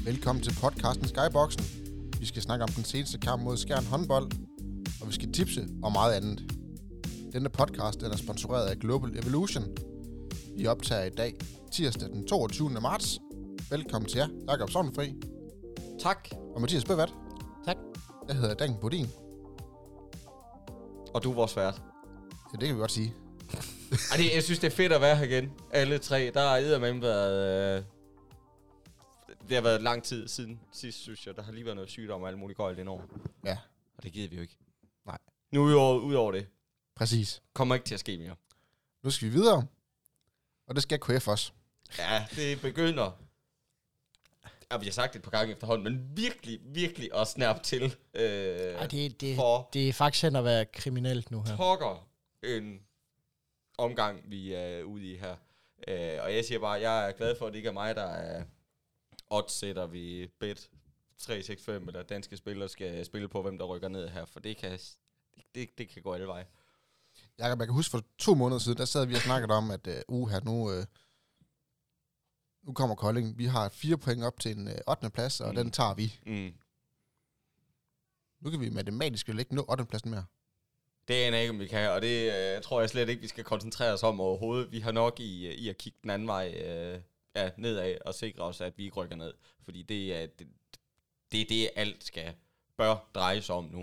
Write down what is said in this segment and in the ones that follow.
Velkommen til podcasten Skyboxen. Vi skal snakke om den seneste kamp mod Skjern håndbold, og vi skal tipse og meget andet. Denne podcast er sponsoreret af Global Evolution. Vi optager i dag, tirsdag den 22. marts. Velkommen til jer, Jakob Sovnfri. Tak. Og Mathias Bøvat. Tak. Jeg hedder Dan Bodin. Og du er vores vært. Ja, det kan vi godt sige. Jeg synes, det er fedt at være her igen. Alle tre. Der har eddermame været... det har været lang tid siden sidst, synes jeg. Der har lige været noget sygdom og alt muligt gøjl indover. Ja. Og det gider vi jo ikke. Nej. Nu ud over det. Præcis. Kommer ikke til at ske mere. Nu skal vi videre. Og det skal KF også. Ja, det begynder... vi har sagt det et par gange efterhånden, men virkelig at snærpe til. Det er faktisk hen at være kriminelt nu her. Pokker en omgang, vi er ude i her. Og jeg siger bare, jeg er glad for, at det ikke er mig, der er odds-sætter vi bet 365, eller danske spillere skal spille på, hvem der rykker ned her, for det kan gå alle veje. Jakob, jeg kan huske for 2 måneder siden, der sad vi og snakkede om, at nu kommer Kolding. Vi har 4 point op til en 8. plads, og den tager vi. Nu kan vi matematisk jo ikke nå 8. pladsen mere. Det aner jeg ikke, om vi kan, og det tror jeg slet ikke, vi skal koncentrere os om overhovedet. Vi har nok i at kigge den anden vej nedad og sikre os, at vi ikke rykker ned. Fordi det er det, alt bør dreje sig om nu.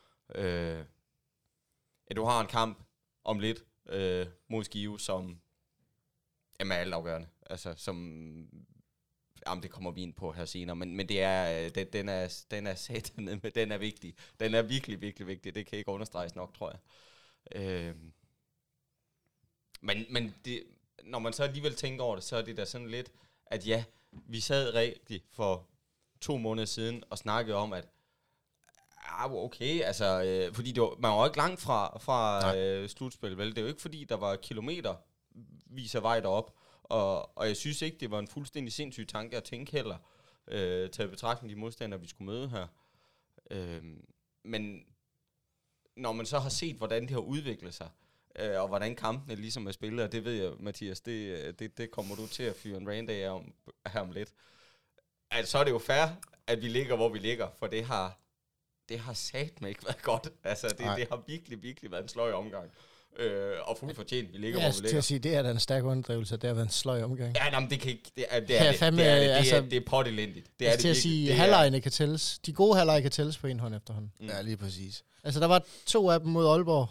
Du har en kamp om lidt mod Skive, som er altafgørende. Altså, det kommer vi ind på her senere, men det er, den er satan, men den er vigtig. Den er virkelig vigtig. Det kan ikke understreges nok, tror jeg. Men det, når man så alligevel tænker over det, så er det da sådan lidt, at ja, vi sad rigtig for 2 måneder siden og snakkede om, at okay, altså, fordi man var ikke langt fra slutspil, vel? Det er jo ikke fordi, der var kilometer vis af vej derop. Og jeg synes ikke, det var en fuldstændig sindssyg tanke at tænke heller, til betragtning de modstandere, vi skulle møde her. Men når man så har set, hvordan det har udviklet sig, og hvordan kampene ligesom er spillet, og det ved jeg, Mathias, det kommer du til at fyre en rant af her om lidt. Altså, så er det jo fair, at vi ligger, hvor vi ligger, for det har satme ikke været godt. Altså, det har virkelig været en sløj omgang. Og fuldt fortjent, vi ligger, hvor vi ligger. Til at sige, det er da en stærk underdrivelse, det har været en sløj omgang. Ja, nej, men det kan ikke, det er pottelendigt. Det er det til at sige, halvlejene kan tælles. De gode halvleje kan tælles på en hånd efterhånden. Ja, lige præcis. Altså, der var 2 af dem mod Aalborg.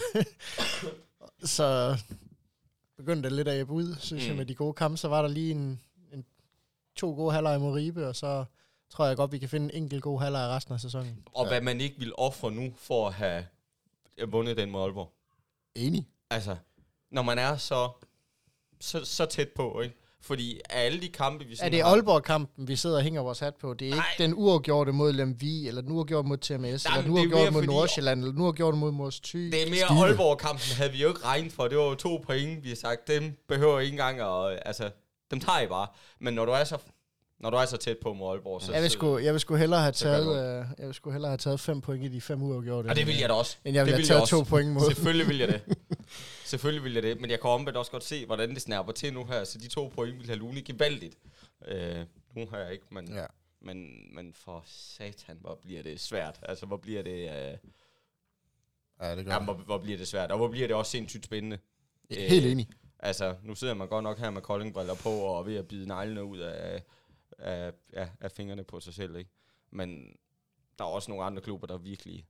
Så begyndte det lidt at æbbe ud, synes jeg, med de gode kampe. Så var der lige 2 gode halvleje mod Ribe, og så tror jeg godt, vi kan finde en enkelt god halvleje resten af sæsonen. Og hvad man ikke vil ofre nu for at have vundet den mod Aalborg. Enig. Altså, når man er så tæt på, ikke? Fordi alle de kampe, vi sådan er det Aalborg-kampen, vi sidder og hænger vores hat på? Det er ikke den uafgjorte mod Lemvig, eller den uafgjorte mod TMS, eller den uafgjorte mod Nordsjælland, eller den uafgjorte mod Mors Thy. Det er mere Aalborg-kampen, havde vi jo ikke regnet for. Det var jo 2 point, vi har sagt, dem behøver ikke engang at... Altså, dem tager I bare. Men når du er så tæt på mod Aalborg, så... Jeg vil sgu hellere have taget 5 point i de 5 uafgjorte. Og det vil jeg da også. End jeg vil have taget 2 point mod. Selvfølgelig vil jeg det. Men jeg kan omvendt også godt se, hvordan det snærper til nu her. Så de 2 point vil have Lune gevaldigt. Nu har jeg ikke, men for satan, hvor bliver det svært. Altså, hvor bliver det... Ja, det gør hvor bliver det svært. Og hvor bliver det også sindssygt spændende. Helt enig. Altså, nu sidder man godt nok her med Kolding-briller på, og ved at bide neglene ud af fingrene på sig selv, ikke? Men der er også nogle andre klubber, der virkelig...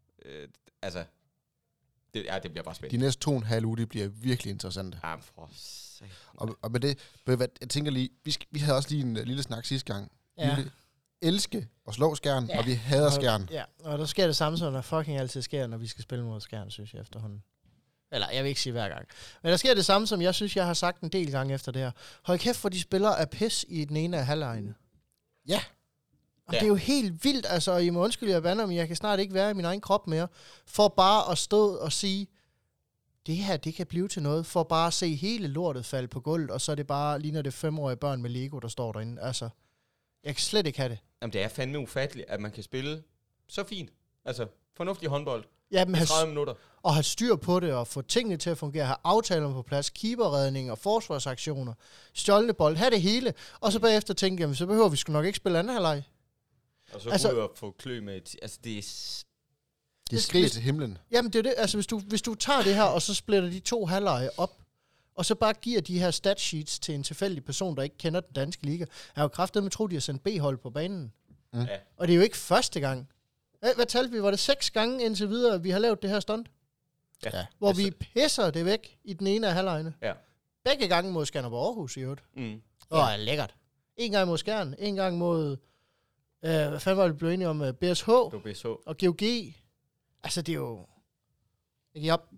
det bliver bare spændende. De næste 2,5 uger, bliver virkelig interessante. Ja, for satan. Og med det, jeg tænker lige, vi havde også lige en lille snak sidste gang. Ja. Vi elske at slå Skjern, og vi hader Skjern. Ja, og der sker det samme, som der fucking altid sker, når vi skal spille mod Skjern, synes jeg efterhånden. Eller, jeg vil ikke sige hver gang. Men der sker det samme, som jeg synes, jeg har sagt en del gange efter det her. Hold kæft, for de spiller af pis i den ene af halvlejene. Ja. Og det er jo helt vildt, altså, I må undskylde, jeg bander, men jeg kan snart ikke være i min egen krop mere, for bare at stå og sige, det her, det kan blive til noget, for bare at se hele lortet falde på gulvet, og så er det bare, ligner det 5-årige børn med Lego, der står derinde. Altså, jeg kan slet ikke have det. Jamen, det er fandme ufatteligt, at man kan spille så fint. Altså, fornuftig håndbold. Jamen, 30 minutter. Og have styr på det, og få tingene til at fungere, have aftalerne på plads, keeperredning og forsvarsaktioner, stjålne bold, have det hele, og så bagefter tænke, jamen, så behøver vi sgu nok ikke spille anden halvleg. Og så gå ud og få klø med... Altså, det er... Det skriger til himlen. Jamen, det er det. Altså, hvis du tager det her, og så splitter de 2 halvleje op, og så bare giver de her statsheets til en tilfældig person, der ikke kender den danske liga, er jo kraftedeme tro, de har sendt B-hold på banen. Ja. Og det er jo ikke første gang. Hvad talte vi? Var det 6 gange indtil videre, vi har lavet det her stunt? Ja. Hvor vi pisser det væk i den ene af halvlejene. Ja. Begge gange mod Skanderborg Aarhus i øvrigt. Ja. Lækkert. En gang mod Skjern, en gang mod... hvad fanden var det, vi blev enige om? BSH og GOG. Altså, det er jo... Jeg giver op.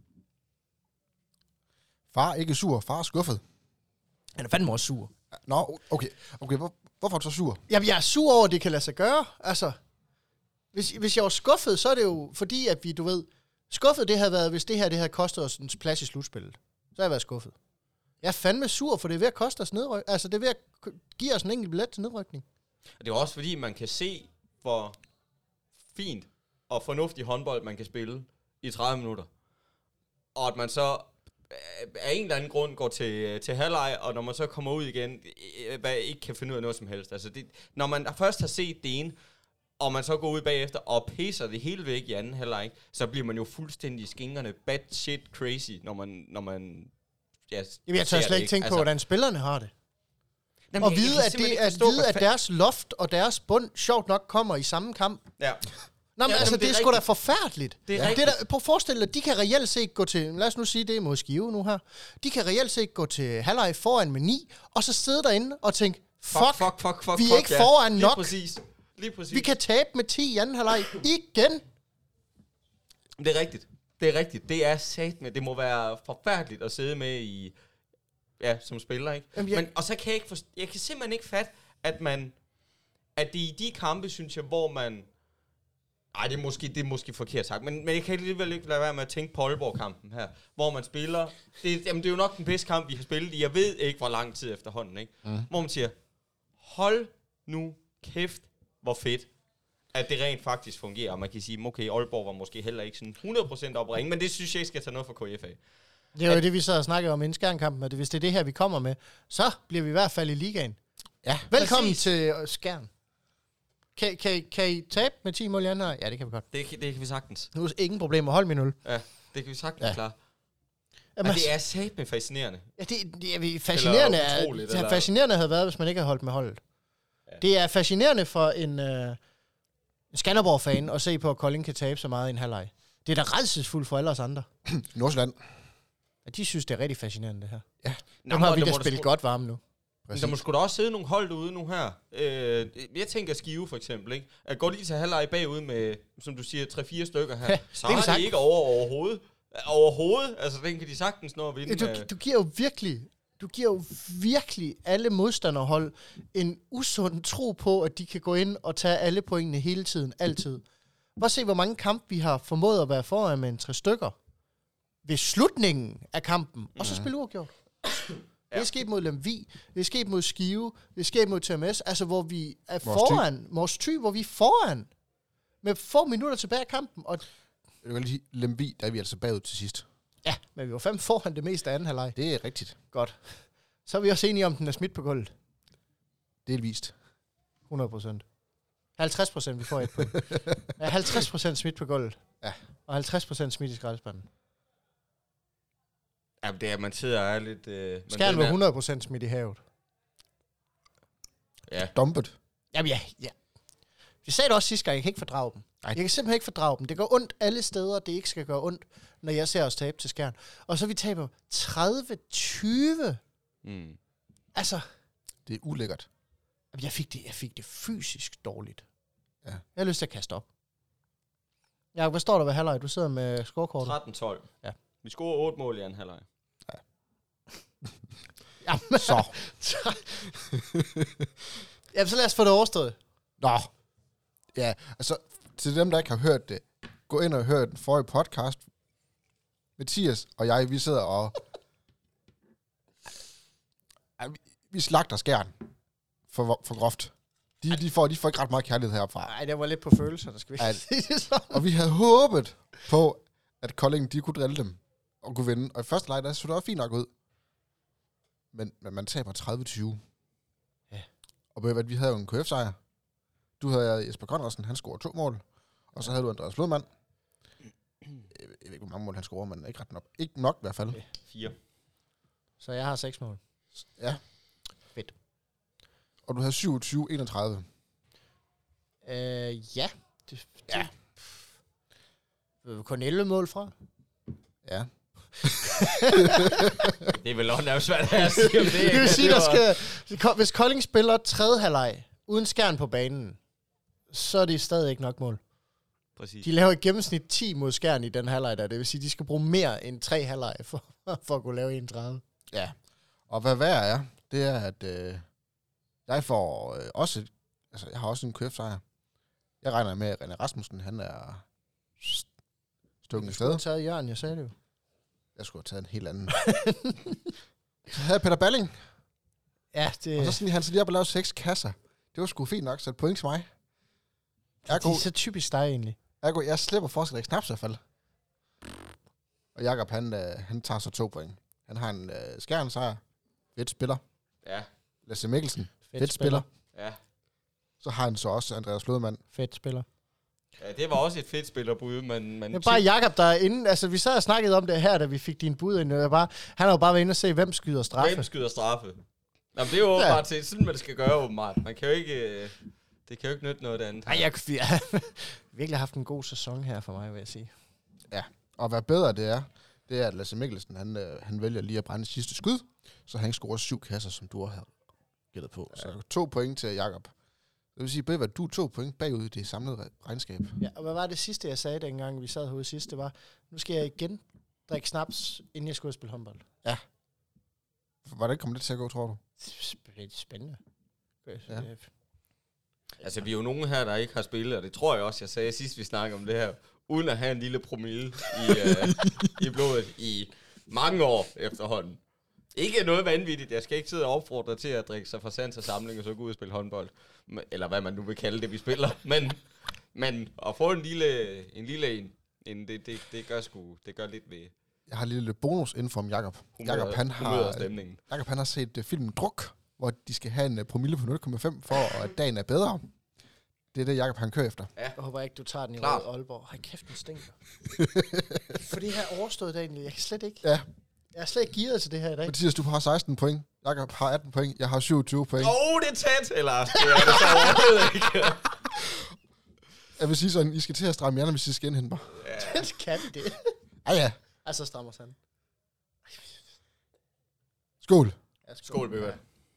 Far ikke sur, far er skuffet. Han er fandme også sur. Nå, okay. Hvorfor er du så sur? Jamen, jeg er sur over, at det kan lade sig gøre. Altså, hvis jeg var skuffet, så er det jo fordi, at vi, du ved... Skuffet det havde været, hvis det havde kostet os en plads i slutspillet. Så har jeg været skuffet. Jeg er fandme sur, for det er ved at koste os nedrykning. Altså, det er ved at give os en enkelt billet til nedrykning. Det er også fordi, man kan se, hvor fint og fornuftig håndbold man kan spille i 30 minutter. Og at man så af en eller anden grund går til halvleg, og når man så kommer ud igen, ikke kan finde ud af noget som helst. Altså det, når man først har set det ene, og man så går ud bagefter og pisser det hele væk i anden halvleg, så bliver man jo fuldstændig skingerne bad shit crazy, når man Jamen, jeg tør slet ikke tænke på, hvordan spillerne har det. Jamen, og vide, at deres loft og deres bund, sjovt nok, kommer i samme kamp. Ja. Nå, men altså, det er sgu da forfærdeligt. Det er prøv at forestille dig, de kan reelt set gå til, lad os nu sige det mod Skive nu her, de kan reelt set gå til halvleg foran med 9, og så sidde derinde og tænke, fuck, vi er ikke foran nok. Lige præcis. Vi kan tabe med 10 i anden halvleg igen. Det er rigtigt. Det er satme. Det må være forfærdeligt at sidde med i, som spiller, ikke? Jamen, Men, og så kan jeg kan simpelthen ikke fatte, at det er i de kampe, synes jeg, hvor man... Ej, det er måske forkert sagt, men jeg kan alligevel ikke lade være med at tænke på Aalborg-kampen her, hvor man spiller... Det er jo nok den bedste kamp, vi har spillet i. Jeg ved ikke, hvor lang tid efterhånden, ikke? Hvor man siger, hold nu kæft, hvor fedt, at det rent faktisk fungerer. Og man kan sige, okay, Aalborg var måske heller ikke sådan 100% opringen, men det synes jeg ikke skal tage noget fra KFA. Det er jo det, vi så har snakket om inden Skjern-kampen, at hvis det er det her, vi kommer med, så bliver vi i hvert fald i ligaen. Ja, velkommen til Skjern. Kan I tabe med 10 mål i anden her? Ja, det kan vi godt. Det kan vi sagtens. Nu er ingen problemer. Hold min 0. Ja, det kan vi sagtens klare. Jamen, det er satme fascinerende. Ja, det er fascinerende. Det fascinerende havde været, hvis man ikke havde holdt med holdet. Ja. Det er fascinerende for en Skanderborg-fan at se på, at Kolding kan tabe så meget i en halvleg. Det er da rædselsfuldt for alle os andre. Nordsjælland. Ja, de synes, det er rigtig fascinerende, det her. Ja. Nu har vi da spillet godt varme nu. Men der må sgu da også sidde nogle hold ude nu her. Jeg tænker Skive for eksempel, ikke? At går lige til halvleg bagud med, som du siger, 3-4 stykker her. Så er det ikke overhovedet. Overhovedet. Altså, den kan de sagtens nå at vinde. Du giver jo virkelig alle modstanderhold en usund tro på, at de kan gå ind og tage alle pointene hele tiden, altid. Bare se, hvor mange kampe vi har formået at være foran med en 3 stykker ved slutningen af kampen, og så spille uafgjort. Det er sket mod Lemvig, det er sket mod Skive, det er sket mod TMS, altså hvor vi er foran, Mors Thy, hvor vi er foran, med få minutter tilbage af kampen. Og jeg vil sige, Lemvig, der er vi altså bagud til sidst. Ja, men vi var fandme foran det meste af anden halvleg. Det er rigtigt. Godt. Så er vi også enige om, den er smidt på gulvet. Delvist. 100%. 50% vi får et point. Ja, 50% smidt på gulvet. Ja. Og 50% smidt i skraldespanden. Jamen, det er, man sidder og er lidt... Skjern var 100% smidt i havet. Ja. Dumpet. Jamen ja. Jeg sagde det også sidste gang, jeg kan ikke fordrage dem. Ej. Jeg kan simpelthen ikke fordrage dem. Det gør ondt alle steder, det ikke skal gøre ondt, når jeg ser os tabe til Skjern. Og så vi taber 30-20. Altså... Det er ulækkert. Jeg fik det fysisk dårligt. Ja. Jeg har lyst til at kaste op. Ja, hvad står der ved halvleg? Du sidder med scorekortet. 13-12. Ja. Vi scorer 8 mål i anden halvleg. Ja. Jamen, så. Jamen, så lad os få det overstået. Nå. Ja, altså, til dem, der ikke har hørt det, gå ind og hør den forrige podcast. Mathias og jeg, vi sidder og... vi slagter Skjern for groft. De får ikke ret meget kærlighed herfra. Nej, det var lidt på følelser, der skal vi sige det så. Og vi havde håbet på, at Kolding, de kunne drille dem og kunne vinde. Og i første leg, der så det også fint nok ud. Men man taber 30-20. Ja. Og ved hvad, vi havde jo en KF-sejr. Du havde Jesper Conradsen, han scorede 2 mål. Og så havde du Andreas Flodmand. Jeg ved ikke, hvor mange mål han scorer, men ikke ret nok. Ikke nok i hvert fald. 4. Så jeg har 6 mål. Ja. Fedt. Og du havde 27-31. Ja. Ja. Kun 11 mål fra. Ja. Det er vel også nærmest svært at sige om det. Det vil sige, hvis Kolding spiller 3. halvleg uden skærn på banen, så er det stadig ikke nok mål. Præcis. De laver i gennemsnit 10 mod skærn i den halvleg der. Det vil sige, de skal bruge mere end 3 halvleg for at kunne lave 31. Ja. Og hvad værd er, det er, at jeg får også... Altså, jeg har også en KF-sejr. Jeg regner med, at René Rasmussen, han er stukket i Du skulle have sted. taget Jørgen, jeg sagde det jo. Jeg skulle have taget en helt anden. Så havde jeg Peter Balling. Ja, det... Og så sådan, han så lige op og lavede 6 kasser. Det var sgu fint nok, så et point til mig. Det er så typisk dig egentlig. Jeg slipper forskel ikke knapt i hvert fald. Og Jakob, han tager så 2 point. Han har en skærn sejr. Fedt spiller. Ja. Lasse Mikkelsen. Fedt spiller. Ja. Så har han så også Andreas Flodmand. Fedt spiller. Ja, det var også et fedt spillerbud, men Det er bare Jakob, der er inde. Altså, vi sad og snakkede om det her, da vi fik din bud ind. Han har jo bare været inde og se, hvem skyder straffe. Hvem skyder straffe? Jamen, det er jo åbenbart til sådan, man skal gøre åbenbart. Man kan jo ikke... Det kan jo ikke nytte noget andet. Nej, jeg har virkelig haft en god sæson her for mig, vil jeg sige. Ja, og hvad bedre det er, at Lasse Mikkelsen, han vælger lige at brænde sidste skud, så han scorer 7 kasser, som du har gættet på. Ja. Så 2 point til Jakob. Det vil sige, Bøver, du er 2 point bagud i det samlede regnskab. Ja, og hvad var det sidste, jeg sagde, dengang vi sad herude sidst? Det var, nu skal jeg igen drikke snaps, inden jeg skulle spille håndbold. Ja. Hvordan kommer det til at gå, tror du? Det er spændende. Ja. Altså, vi er jo nogen her, der ikke har spillet, og det tror jeg også, jeg sagde sidst, vi snakkede om det her, uden at have en lille promille i blodet i mange år efterhånden. Ikke noget vanvittigt. Jeg skal ikke sidde og opfordre til at drikke sig fra sans og samling, og så gå ud og spille håndbold. Eller hvad man nu vil kalde det, vi spiller. Men at få en lille en det gør lidt ved Jeg har en lille bonusinfo om Jakob. Jakob, han har set filmen Druk, hvor de skal have en promille på 0,5 for, at dagen er bedre. Det er det, Jakob han kører efter. Ja. Jeg håber ikke, du tager den i Klart. Rød Aalborg. Ej, kæft, den stinker. For det her overstået dagen, jeg kan slet ikke. Ja. Jeg er slet ikke gearet til det her i dag. Mathias, du har 16 point. Jakob har 18 point. Jeg har 27 point. det er tæt! Eller, det er det så overhovedet ikke. Jeg vil sige sådan, I skal til at stramme jer, hvis I skal indhente mig. Ja. Det kan det. Ja. Altså strammer sig. Skål. Ja, Skål, Bøger.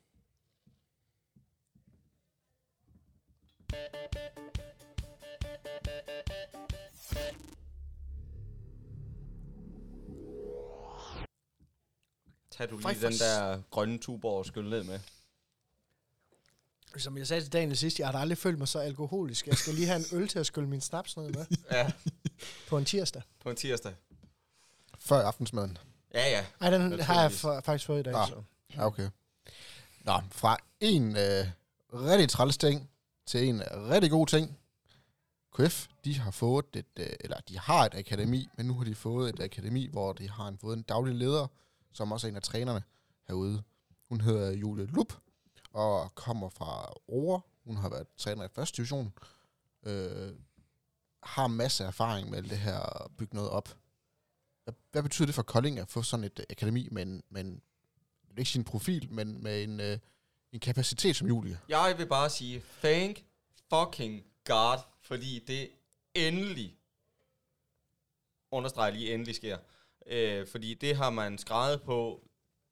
Tag du lige den der grønne Tuborg skyld ned med. Som jeg sagde til Daniel sidst, jeg har aldrig følt mig så alkoholisk. Jeg skal lige have en øl til at skylle min snaps ned med. Ja. På en tirsdag. På en tirsdag. Før aftensmaden. Ja. Ej, den har jeg faktisk fået i dag. Så. Ja, okay. Nå, fra en rigtig træls ting til en rigtig god ting. KF, de har fået de har et akademi, men nu har de fået et akademi, hvor de har fået en daglig leder, som også er en af trænerne herude. Hun hedder Julie Lup, og kommer fra Ore. Hun har været træner i første division. Har masser af erfaring med det her at bygge noget op. Hvad betyder det for Kolding at få sådan et akademi med en ikke sin profil, men med en kapacitet som Julie? Jeg vil bare sige, thank fucking God, fordi det endelig, understreger lige endelig sker, fordi det har man skrevet på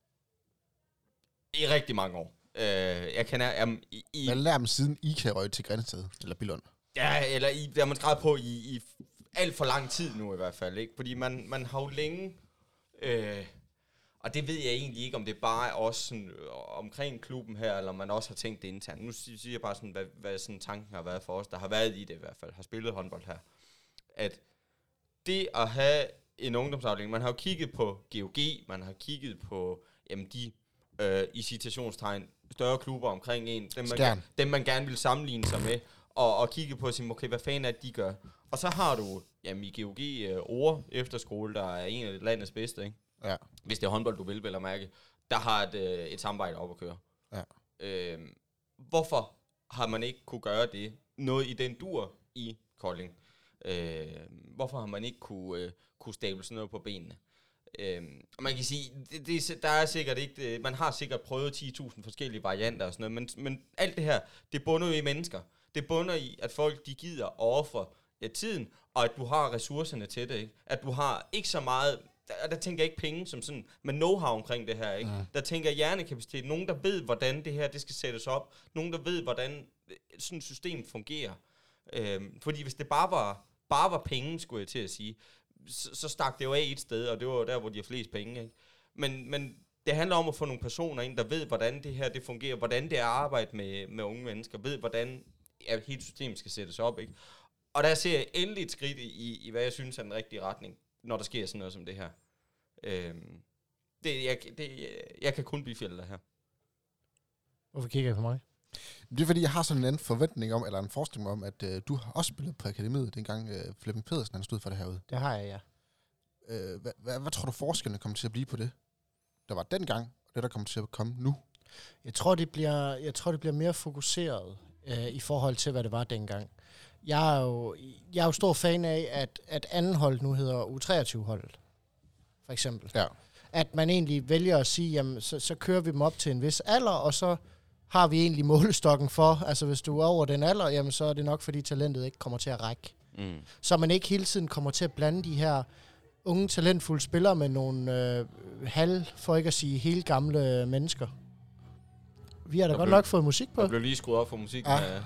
i rigtig mange år. Jeg kender Man lærer dem siden IKA røg til Grænsted, eller Billund. Ja, eller det har man skrevet på i alt for lang tid nu i hvert fald, ikke? Fordi man har jo længe, og det ved jeg egentlig ikke, om det bare er også sådan, omkring klubben her, eller man også har tænkt det internt. Nu siger jeg bare sådan, hvad sådan tanken har været for os, der har været i det i hvert fald, har spillet håndbold her. At det at have en ungdomsafdeling, man har jo kigget på GOG, man har kigget på de i citationstegn større klubber omkring en, dem man gerne vil sammenligne sig med, og kigge på og sige, okay, hvad fanden er det, de gør? Og så har du, jamen i GOG Ore Efterskole, der er en af landets bedste, ikke? Ja. Hvis det er håndbold, du vil at mærke, der har et samarbejde op at køre. Ja. Hvorfor har man ikke kunne gøre det? Noget i den dur i Kolding. Hvorfor har man ikke kunne stable sådan noget på benene? Og man kan sige, der er sikkert ikke, man har sikkert prøvet 10.000 forskellige varianter og sådan noget, men alt det her, det bunder jo i mennesker. Det bunder i, at folk de gider at ofre tiden, og at du har ressourcerne til det, ikke? At du har ikke så meget, der tænker jeg ikke penge som sådan, men know-how omkring det her, ikke? Der tænker jeg hjernekapacitet, nogen der ved, hvordan det her det skal sættes op, nogen der ved, hvordan sådan et system fungerer. Fordi hvis det bare var penge, skulle jeg til at sige, så stak det jo af et sted, og det var jo der, hvor de har flest penge, ikke? Men det handler om at få nogle personer ind, der ved, hvordan det her det fungerer, hvordan det er at arbejde med unge mennesker, ved, hvordan hele systemet skal sættes op, ikke? Og der ser jeg endelig et skridt i hvad jeg synes er den rigtige retning, når der sker sådan noget som det her. Jeg kan kun blive fjældet her. Hvorfor kigger jeg på mig? Det er fordi, jeg har sådan en anden forventning om, eller en forestilling om, at du har også spillet på akademiet, dengang Flemming Pedersen han stod for det herude. Det har jeg, ja. Hvad tror du forskellen kommer til at blive på det, der var dengang, og det, der kommer til at komme nu? Jeg tror, det bliver mere fokuseret i forhold til, hvad det var dengang. Jeg er jo stor fan af, at anden hold nu hedder U23-holdet, for eksempel. Ja. At man egentlig vælger at sige, jamen, så kører vi dem op til en vis alder, og så har vi egentlig målestokken for, altså hvis du er over den alder, jamen så er det nok, fordi talentet ikke kommer til at række. Så man ikke hele tiden kommer til at blande de her unge, talentfulde spillere med nogle for ikke at sige helt gamle mennesker. Vi har da godt nok fået musik på. Der blev lige skruet op for musikken. Ja.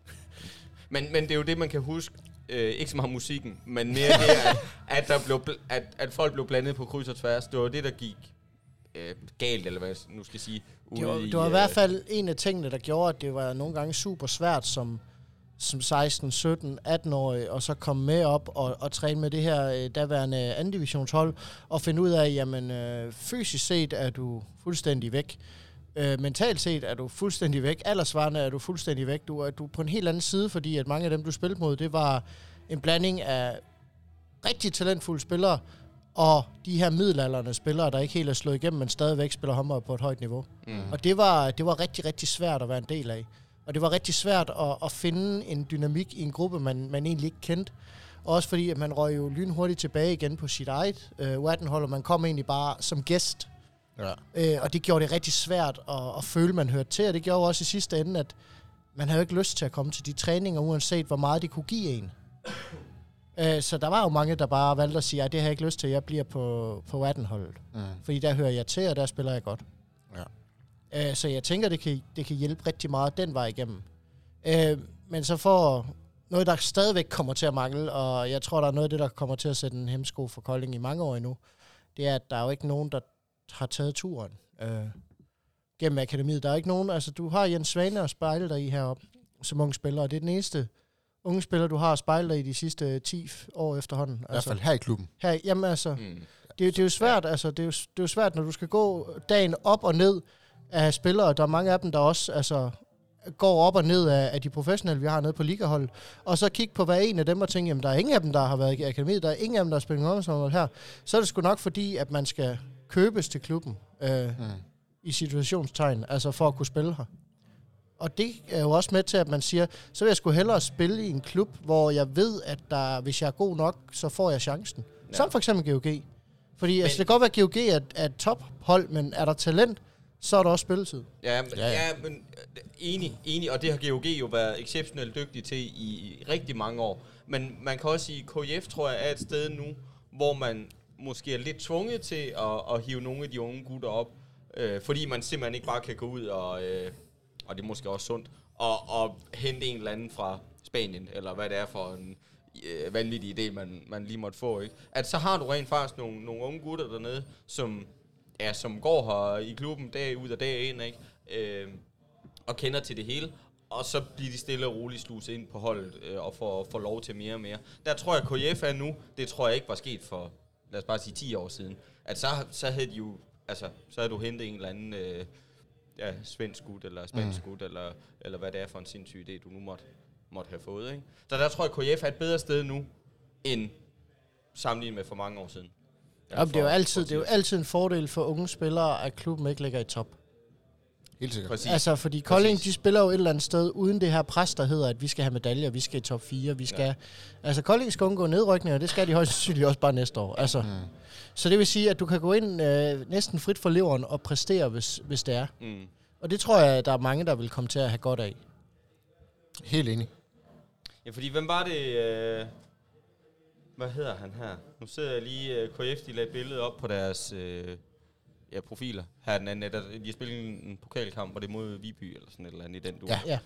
Men det er jo det, man kan huske. Ikke så meget musikken, men mere det, at folk blev blandet på kryds og tværs. Det var det, der gik galt, eller hvad jeg nu skal sige. Det var i hvert fald en af tingene, der gjorde, at det var nogle gange super svært som 16, 17, 18-årig, og så komme med op og træne med det her daværende anden divisionshold, og finde ud af, jamen fysisk set er du fuldstændig væk. Mentalt set er du fuldstændig væk. Aldersvarende er du fuldstændig væk. Du er på en helt anden side, fordi at mange af dem, du spillede mod, det var en blanding af rigtig talentfulde spillere, og de her middelaldrende spillere, der ikke helt er slået igennem, men stadigvæk spiller håndbold på et højt niveau. Og det var rigtig, rigtig svært at være en del af. Og det var rigtig svært at finde en dynamik i en gruppe, man egentlig ikke kendte. Også fordi, at man røg jo lynhurtigt tilbage igen på sit eget U18-hold, og man kom egentlig bare som gæst. Ja. Og det gjorde det rigtig svært at føle, man hørte til. Og det gjorde også i sidste ende, at man havde ikke lyst til at komme til de træninger, uanset hvor meget det kunne give en. Så der var jo mange, der bare valgte at sige, at det har jeg ikke lyst til, jeg bliver på U18-holdet. Fordi der hører jeg til, og der spiller jeg godt. Ja. Så jeg tænker, det kan hjælpe rigtig meget den vej igennem. Men så for noget, der stadigvæk kommer til at mangle, og jeg tror, der er noget af det, der kommer til at sætte en hemsko for Kolding i mange år endnu, det er, at der er jo ikke nogen, der har taget turen gennem akademiet. Der er ikke nogen, altså du har Jens Svane at spejle dig i heroppe som unge spiller, og det er den eneste unge spiller, du har at spejle dig i de sidste 10 år efterhånden. I hvert fald her i klubben. Jamen altså, det er jo svært, altså det er jo svært, når du skal gå dagen op og ned af spillere, der er mange af dem, der også altså går op og ned af de professionelle, vi har nede på ligaholdet, og så kigge på hver en af dem og tænke, jamen der er ingen af dem, der har været i akademiet, der er ingen af dem, der har spillet håndbold her, så er det sgu nok fordi, at man skal købes til klubben i situationstegn, altså for at kunne spille her. Og det er jo også med til, at man siger, så vil jeg sgu hellere spille i en klub, hvor jeg ved, at hvis jeg er god nok, så får jeg chancen. Ja. Som for eksempel GOG. Fordi altså, det kan godt være, at GOG er et tophold, men er der talent, så er der også spilletid. Ja, men enig, og det har GOG jo været exceptionelt dygtig til i rigtig mange år. Men man kan også sige, at KIF, tror jeg, er et sted nu, hvor man måske er lidt tvunget til at hive nogle af de unge gutter op, fordi man simpelthen ikke bare kan gå ud og det er måske også sundt, og hente en eller anden fra Spanien, eller hvad det er for en vanvittig idé, man lige måtte få, ikke? At så har du rent faktisk nogle unge gutter dernede, som går her i klubben dag ud og dag ind, ikke? Og kender til det hele, og så bliver de stille og roligt sluset ind på holdet, og får lov til mere og mere. Der tror jeg, KIF er nu, det tror jeg ikke var sket for, lad os bare sige 10 år siden, at så havde de jo, altså, så havde du hentet en eller anden svensk gut, eller spansk gut, eller hvad det er for en sindssyg idé, du nu måtte have fået, ikke? Så der tror jeg, KIF er et bedre sted nu, end sammenlignet med for mange år siden. Ja, det er jo altid en fordel for unge spillere, at klubben ikke ligger i top. Helt sikkert. Præcis. Altså, fordi Kolding, de spiller jo et eller andet sted uden det her pres, der hedder, at vi skal have medaljer, vi skal i top 4, vi skal... Ja. Altså, Kolding skal undgå nedrykning, og det skal de højst sandsynligt også bare næste år. Altså, så det vil sige, at du kan gå ind næsten frit for leveren og præstere, hvis det er. Mm. Og det tror jeg, der er mange, der vil komme til at have godt af. Helt enig. Ja, fordi hvem var det... hvad hedder han her? Nu sidder jeg lige... KF, de lagde billedet op på deres... profiler. Her den anden, de har spillet en pokalkamp, og det er mod Viby, eller sådan et eller andet i den du. Ja.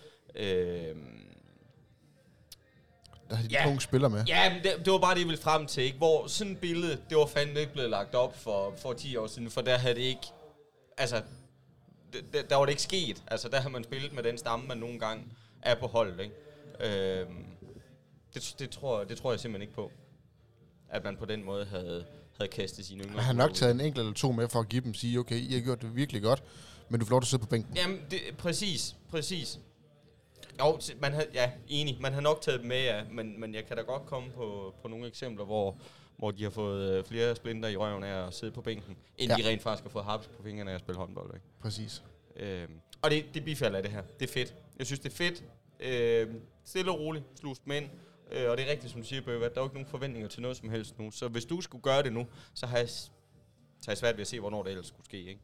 Der har de unge spillere med. Ja, det var bare det, jeg ville frem til, ikke? Hvor sådan et billede, det var fandme ikke blevet lagt op for 10 år siden, for der havde det ikke... Altså, der var det ikke sket. Altså, der har man spillet med den stamme, man nogle gange er på holdet, ikke? Det tror jeg simpelthen ikke på. At man på den måde havde kastet sine yngre. Man har nok taget en enkelt eller to med for at give dem sige, okay, I har gjort det virkelig godt, men du får lov til at sidde på bænken. Jamen, præcis. Jo, enig. Man har nok taget dem med, ja, men jeg kan da godt komme på nogle eksempler, hvor de har fået flere splinter i røven af at sidde på bænken, end de rent faktisk har fået haps på fingrene af at spille håndbold, ikke? Præcis. Og det bifalder af det her. Det er fedt. Jeg synes, det er fedt. Stille og roligt, slust mænd. Og det er rigtigt, som du siger, Bøge, at der er jo ikke nogen forventninger til noget som helst nu. Så hvis du skulle gøre det nu, så har jeg svært ved at se, hvornår det ellers skulle ske, ikke?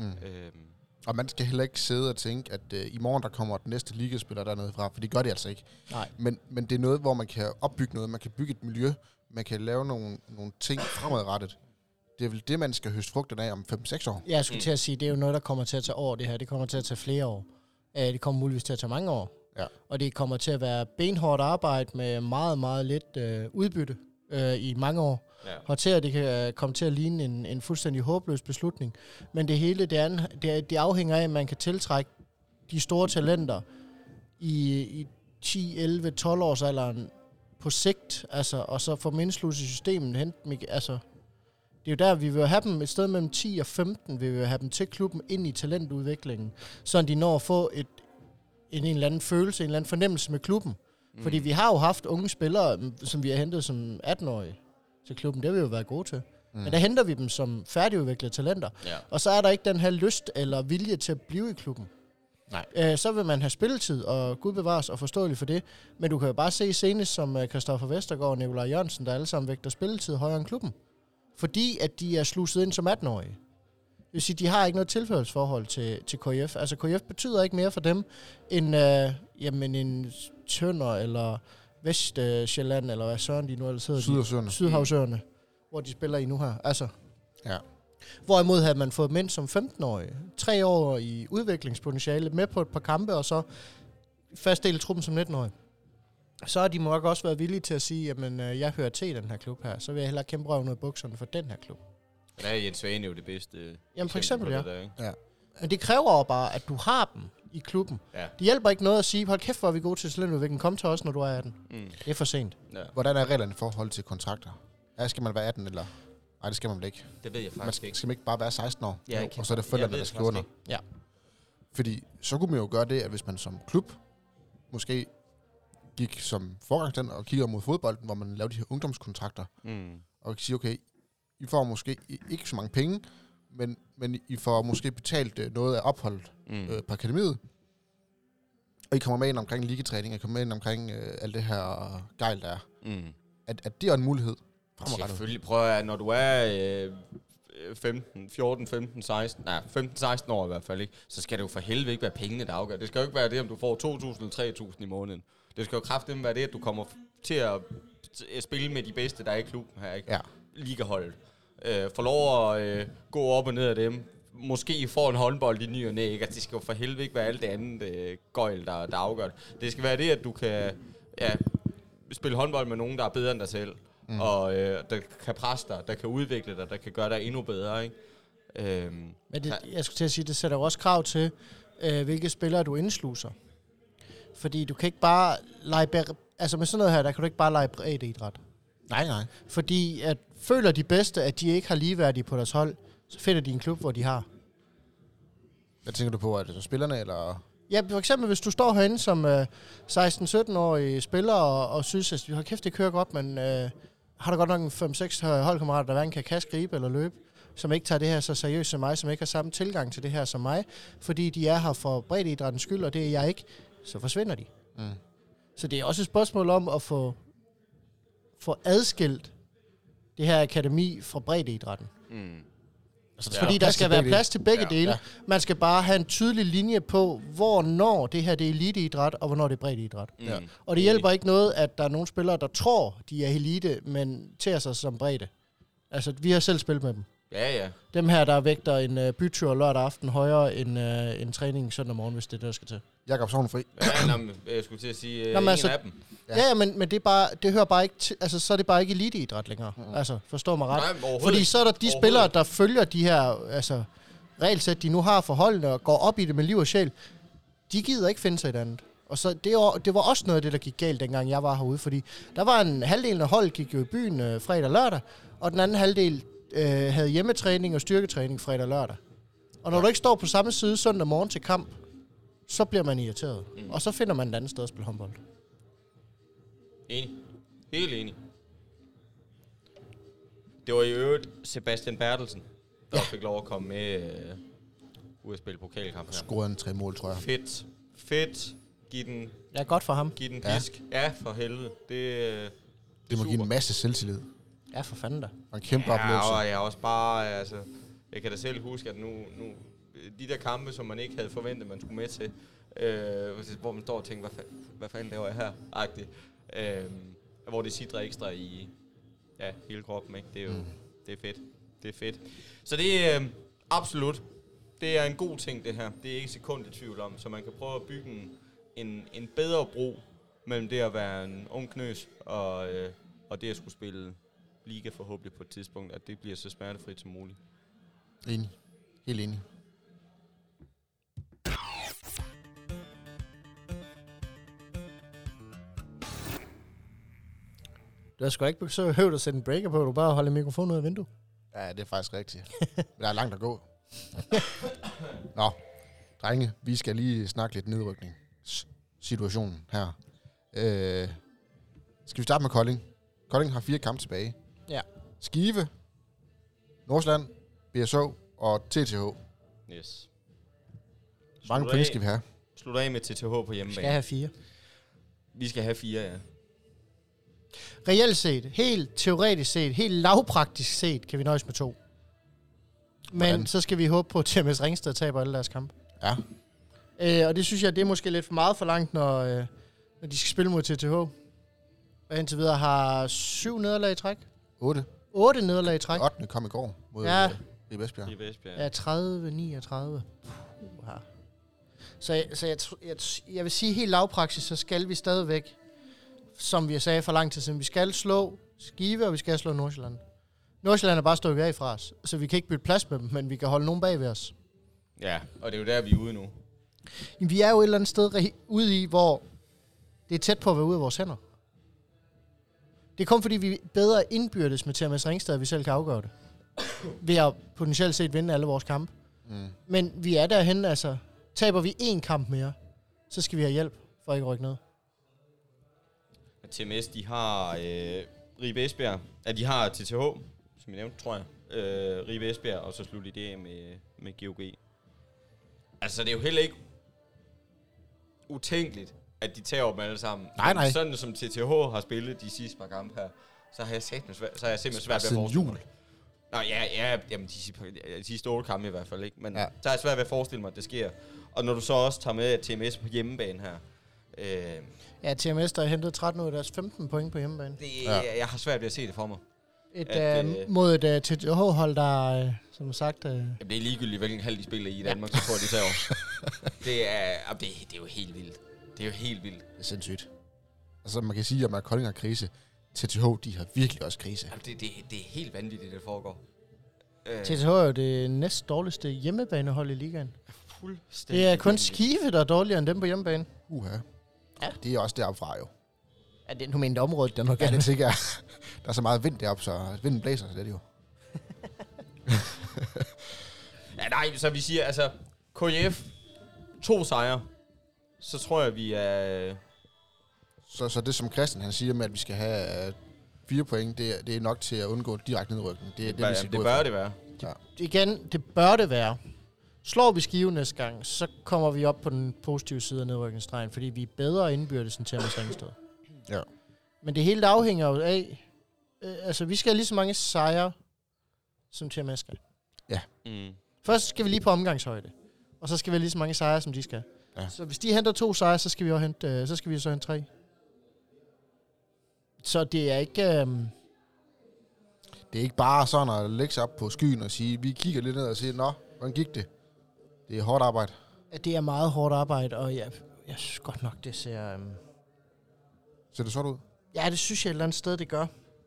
Og man skal heller ikke sidde og tænke, at i morgen der kommer den næste ligaspiller dernede fra, for det gør det altså ikke. Nej. Men det er noget, hvor man kan opbygge noget, man kan bygge et miljø, man kan lave nogle ting fremadrettet. Det er vel det, man skal høste frugterne af om 5-6 år. Ja, jeg skulle til at sige, det er jo noget, der kommer til at tage år, det her. Det kommer til at tage flere år. Det kommer muligvis til at tage mange år. Ja. Og det kommer til at være benhårdt arbejde med meget, meget lidt udbytte i mange år. Ja. Det kan komme til at ligne en fuldstændig håbløs beslutning. Men det hele, det afhænger af, at man kan tiltrække de store talenter i 10, 11, 12 års alderen på sigt, altså, og så få dem indsluset i systemet, hente dem, altså. Det er jo der, vi vil have dem et sted mellem 10 og 15, vi vil have dem til klubben ind i talentudviklingen, så de når at få en eller anden følelse, en eller anden fornemmelse med klubben. Fordi vi har jo haft unge spillere, som vi har hentet som 18-årige til klubben. Det vil vi jo være gode til. Men der henter vi dem som færdigudviklede talenter. Ja. Og så er der ikke den her lyst eller vilje til at blive i klubben. Nej. Så vil man have spilletid, og Gud bevares og forståeligt for det. Men du kan jo bare se senest som Christoffer Vestergaard og Nikolaj Jørgensen, der alle sammen vægter spilletid højere end klubben. Fordi at de er sluset ind som 18-årige. Det vil sige, de har ikke noget tilhørsforhold til KF. Altså, KF betyder ikke mere for dem, end en Tønder, eller Vestsjælland, eller hvad søren de nu ellers hedder. Sydhavsøerne, hvor de spiller i nu her. Altså. Ja. Hvorimod havde man fået mænd som 15-årige, 3 år i udviklingspotentiale, med på et par kampe, og så fastdele truppen som 19-årige. Så har de nok også været villige til at sige, jamen, jeg hører til i den her klub her, så vil jeg hellere kæmpe røven ud af bukserne for den her klub. Der er Jens Svane jo det bedste. Jamen for eksempel, ja. Der, ja. Men det kræver jo bare, at du har dem i klubben. Ja. Det hjælper ikke noget at sige, hold kæft, hvor er vi gode til talentudvikling. Kom til os, når du er 18. Det er for sent. Ja. Hvordan er reglerne i forhold til kontrakter? Skal man være 18 eller... Nej, det skal man vel ikke. Det ved jeg faktisk ikke. Skal man ikke bare være 16 år? Ja, og så er det forældrene, der skriver under. Ja. Fordi så kunne man jo gøre det, at hvis man som klub måske gik som forgangsland og kigger mod fodbolden, hvor man laver de her ungdomskontrakter, og sige, okay, I får måske ikke så mange penge, men I får måske betalt noget af opholdet på akademiet, og I kommer med ind omkring ligetræning, I kommer med ind omkring alt det her gejl, der er. At det er en mulighed. Selvfølgelig. Prøv at, når du er 15-16 år i hvert fald, ikke, så skal det jo for helvede ikke være pengene, der afgør. Det skal jo ikke være det, om du får 2.000 eller 3.000 i måneden. Det skal jo kraftedeme være det, at du kommer til at spille med de bedste, der er i klubben her, ikke? Ja. Ligaholdet. Får lov at gå op og ned af dem. Måske får en håndbold i ny og næ, ikke? Altså, det skal jo for helvede ikke være alt det andet gøjl, der afgør det. Det skal være det, at du kan spille håndbold med nogen, der er bedre end dig selv. Og der kan presse dig, der kan udvikle dig, der kan gøre dig endnu bedre, ikke? Men det, jeg skulle til at sige, det sætter jo også krav til, hvilke spillere du indsluser. Fordi du kan ikke bare lege... Altså med sådan noget her, der kan du ikke bare lege breddeidræt. Nej. Fordi at føler de bedste, at de ikke har ligeværdige på deres hold, så finder de en klub, hvor de har. Hvad tænker du på? Er det så spillerne, eller... Ja, for eksempel, hvis du står herinde som 16-17-årig spiller og synes, at hold kæft, det kører godt, men har der godt nok en 5-6 holdkammerater, der hverken kan kaste, gribe eller løbe, som ikke tager det her så seriøst som mig, som ikke har samme tilgang til det her som mig, fordi de er her for breddeidrættens skyld, og det er jeg ikke, så forsvinder de. Mm. Så det er også et spørgsmål om at få adskilt det her akademi fra breddeidrætten. Mm. Altså, fordi der skal være plads til begge dele. Ja. Man skal bare have en tydelig linje på, hvornår det her det er eliteidræt, og hvornår det er breddeidræt. Ja. Og det hjælper ikke noget, at der er nogle spillere, der tror, de er elite, men tager sig som bredde. Altså, vi har selv spillet med dem. Ja. Dem her, der vægter en bytur lørdag aften højere end en træning søndag morgen, hvis det er det, der skal til. Jakob Sovnfri. Jeg skulle til at sige, ingen af dem. Ja, men det er bare, det hører bare ikke til, altså så er det bare ikke eliteidræt længere. Altså, forstår mig ret. Nej, fordi så er der de spillere, der følger de her altså regelsæt, de nu har for holdene og går op i det med liv og sjæl. De gider ikke finde sig et andet. Og så det var også noget af det, der gik galt, dengang jeg var herude, fordi der var en halvdel af holdet gik jo i byen fredag og lørdag, og den anden halvdel havde hjemmetræning og styrketræning fredag og lørdag. Og når du ikke står på samme side søndag morgen til kamp, så bliver man irriteret. Og så finder man et andet sted at spille håndbold. Enig. Helt enig. Det var i øvrigt Sebastian Bertelsen, der fik lov at komme med ud at spille pokalkamp her. Scorede en 3 mål, tror jeg. Fedt. Giv den... Ja, godt for ham. Giv den pisk. Ja, for helvede. Det må give en masse selvtillid. Ja, for fanden da. Og en kæmpe oplevelse. Ja, og jeg også bare... Altså, jeg kan da selv huske, at nu de der kampe, som man ikke havde forventet, man skulle med til, hvor man står og tænker, hvad fanden laver jeg her? Agtigt. Hvor det sidder ekstra i hele kroppen, ikke? Det er jo det er fedt. Det er fedt. Så det er absolut, det er en god ting, det her. Det er ikke sekund i tvivl om, så man kan prøve at bygge en bedre bro mellem det at være en ung knøs og det at skulle spille liga forhåbentlig på et tidspunkt, at det bliver så smertefrit som muligt. Enig. Helt enig. Du har sgu ikke behøvet at sætte en breaker på, du bare holder mikrofonen ud af vinduet. Ja, det er faktisk rigtigt. Men der er langt at gå. Nå, drenge, vi skal lige snakke lidt nedrykningssituationen her. Skal vi starte med Kolding? Kolding har 4 kampe tilbage. Ja. Skive, Nordsjælland, BSO og TTH. Yes. Hvor mange point skal vi have? Slut af med TTH på hjemmebane. Vi skal have 4. Vi skal have 4, ja. Reelt set, helt teoretisk set, helt lavpraktisk set, kan vi nøjes med 2. Men så skal vi håbe på, at TMS Ringsted taber alle deres kampe. Ja. Og det synes jeg, det er måske lidt for meget forlangt, når de skal spille mod TTH. Og indtil videre har 7 nederlag i træk. 8 nederlag i træk. 8. kom i går mod Ribe Esbjerg. Ja, 30-39. Så jeg vil sige helt lavpraksis, så skal vi stadigvæk, som vi sagde for lang tid siden, vi skal slå Skive, og vi skal slå Nordsjælland. Nordsjælland er bare stået af fra os, så vi kan ikke bytte plads med dem, men vi kan holde nogen bag ved os. Ja, og det er jo der, vi er ude nu. Jamen, vi er jo et eller andet sted ude i, hvor det er tæt på at være ude af vores hænder. Det er kun fordi, vi bedre indbyrdes med TMS Ringsted, at vi selv kan afgøre det. Ved at potentielt set vinde alle vores kampe. Men vi er derhen, altså, taber vi 1 kamp mere, så skal vi have hjælp for ikke at rykke ned. TMS, de har Ribe Esbjerg. Ja, de har TTH, som jeg nævnte, tror jeg. Ribe Esbjerg, og så slutter de det med GOG. Altså, det er jo heller ikke utænkeligt, at de tager dem alle sammen. Nej. Sådan som TTH har spillet de sidste par kampe her, så har jeg simpelthen svært ved at forestille mig. Nå, jamen de sidste 8 kampe i hvert fald, ikke? Men så er jeg svært ved at forestille mig, at det sker. Og når du så også tager med TMS på hjemmebane her. Ja, TMS, der har hentet 13 ud af deres 15 point på hjemmebane. Jeg har svært ved at se det for mig. Mod et TTH-hold, der, som sagt... Jamen, det er ligegyldigt, hvilken halv de spiller i Danmark, så får de tager. Det er jo helt vildt. Det er jo helt vildt. Det er sindssygt. Altså, man kan sige, at når Kolding har krise, TTH, de har virkelig også krise. Jamen, det er helt vanvittigt, det foregår. TTH er jo det næst dårligste hjemmebanehold i ligaen. Fuldstændig. Det er kun Skive, der er dårligere end dem på hjemmebane. Ja. Det er også deroppe fra, jo. Ja, det er nu ment området, der nok er. Ja, det tænker jeg. Der er så meget vind deroppe, så vinden blæser, så det er det jo. Ja, nej, så vi siger, altså, KF, 2 sejre, så tror jeg, vi er... Så det, som Christian han siger med, at vi skal have 4 point, det er nok til at undgå direkte nedrykning. Det er det, vi skal det gå bør efter. det være. Igen, det bør det være. Slår vi Skive næste gang, så kommer vi op på den positive side af nedrykningsstregen, fordi vi er bedre indbyrdes end TMS Ringsted. Ja. Men det hele det afhænger jo af, altså vi skal have lige så mange sejre, som TMS skal. Ja. Mm. Først skal vi lige på omgangshøjde, og så skal vi have lige så mange sejre, som de skal. Ja. Så hvis de henter 2 sejre, så skal vi også hente 3. Så det er ikke... Det er ikke bare sådan at lægge sig op på skyen og sige, vi kigger lidt ned og siger, nå, hvordan gik det? Det er hårdt arbejde. at det er meget hårdt arbejde, og jeg synes godt nok, det ser... Ser det sådan ud? Ja, det synes jeg et eller andet sted, det gør.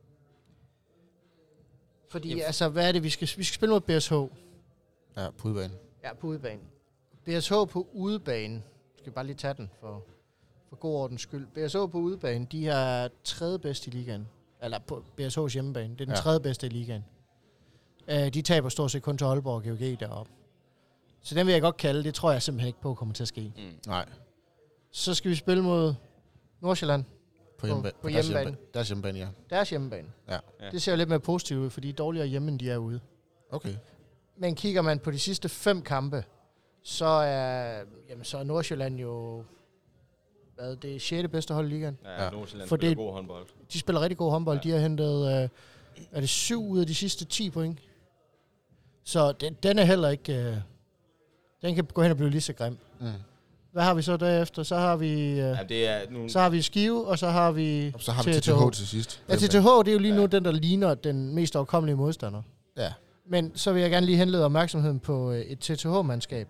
Fordi, altså, hvad er det, vi skal spille mod BSH? Ja, på udebane. Ja, på udebane. BSH på udebane. Skal vi bare lige tage den for god ordens skyld. BSH på udebane, de er tredje bedste i ligaen. Eller på BSH's hjemmebane. Det er den tredje bedste i ligaen. De taber stort set kun til Aalborg og GOG deroppe. Så den vil jeg godt kalde. Det tror jeg simpelthen ikke på kommer til at ske. Nej. Så skal vi spille mod Nordsjælland. På hjemmebane. På hjemmebane. Deres hjemmebane, ja. Deres hjemmebane. Ja. Det ser jo lidt mere positivt ud, fordi de er dårligere hjemme, end de er ude. Okay. Men kigger man på de sidste 5 kampe, så er Nordsjælland jo det 6. bedste hold i ligaen. Ja, Nordsjælland For spiller god håndbold. De spiller rigtig god håndbold. Ja. De har hentet, er det 7 ud af de sidste 10 point? Så den er heller ikke... den kan gå hen og blive lige så grim. Mm. Hvad har vi så derefter? Så har vi, så har vi Skive, og så har vi... Og så har vi TTH til sidst. Ja, TTH, det er jo lige nu den, der ligner den mest overkommelige modstander. Ja. Men så vil jeg gerne lige henlede opmærksomheden på et TTH-mandskab.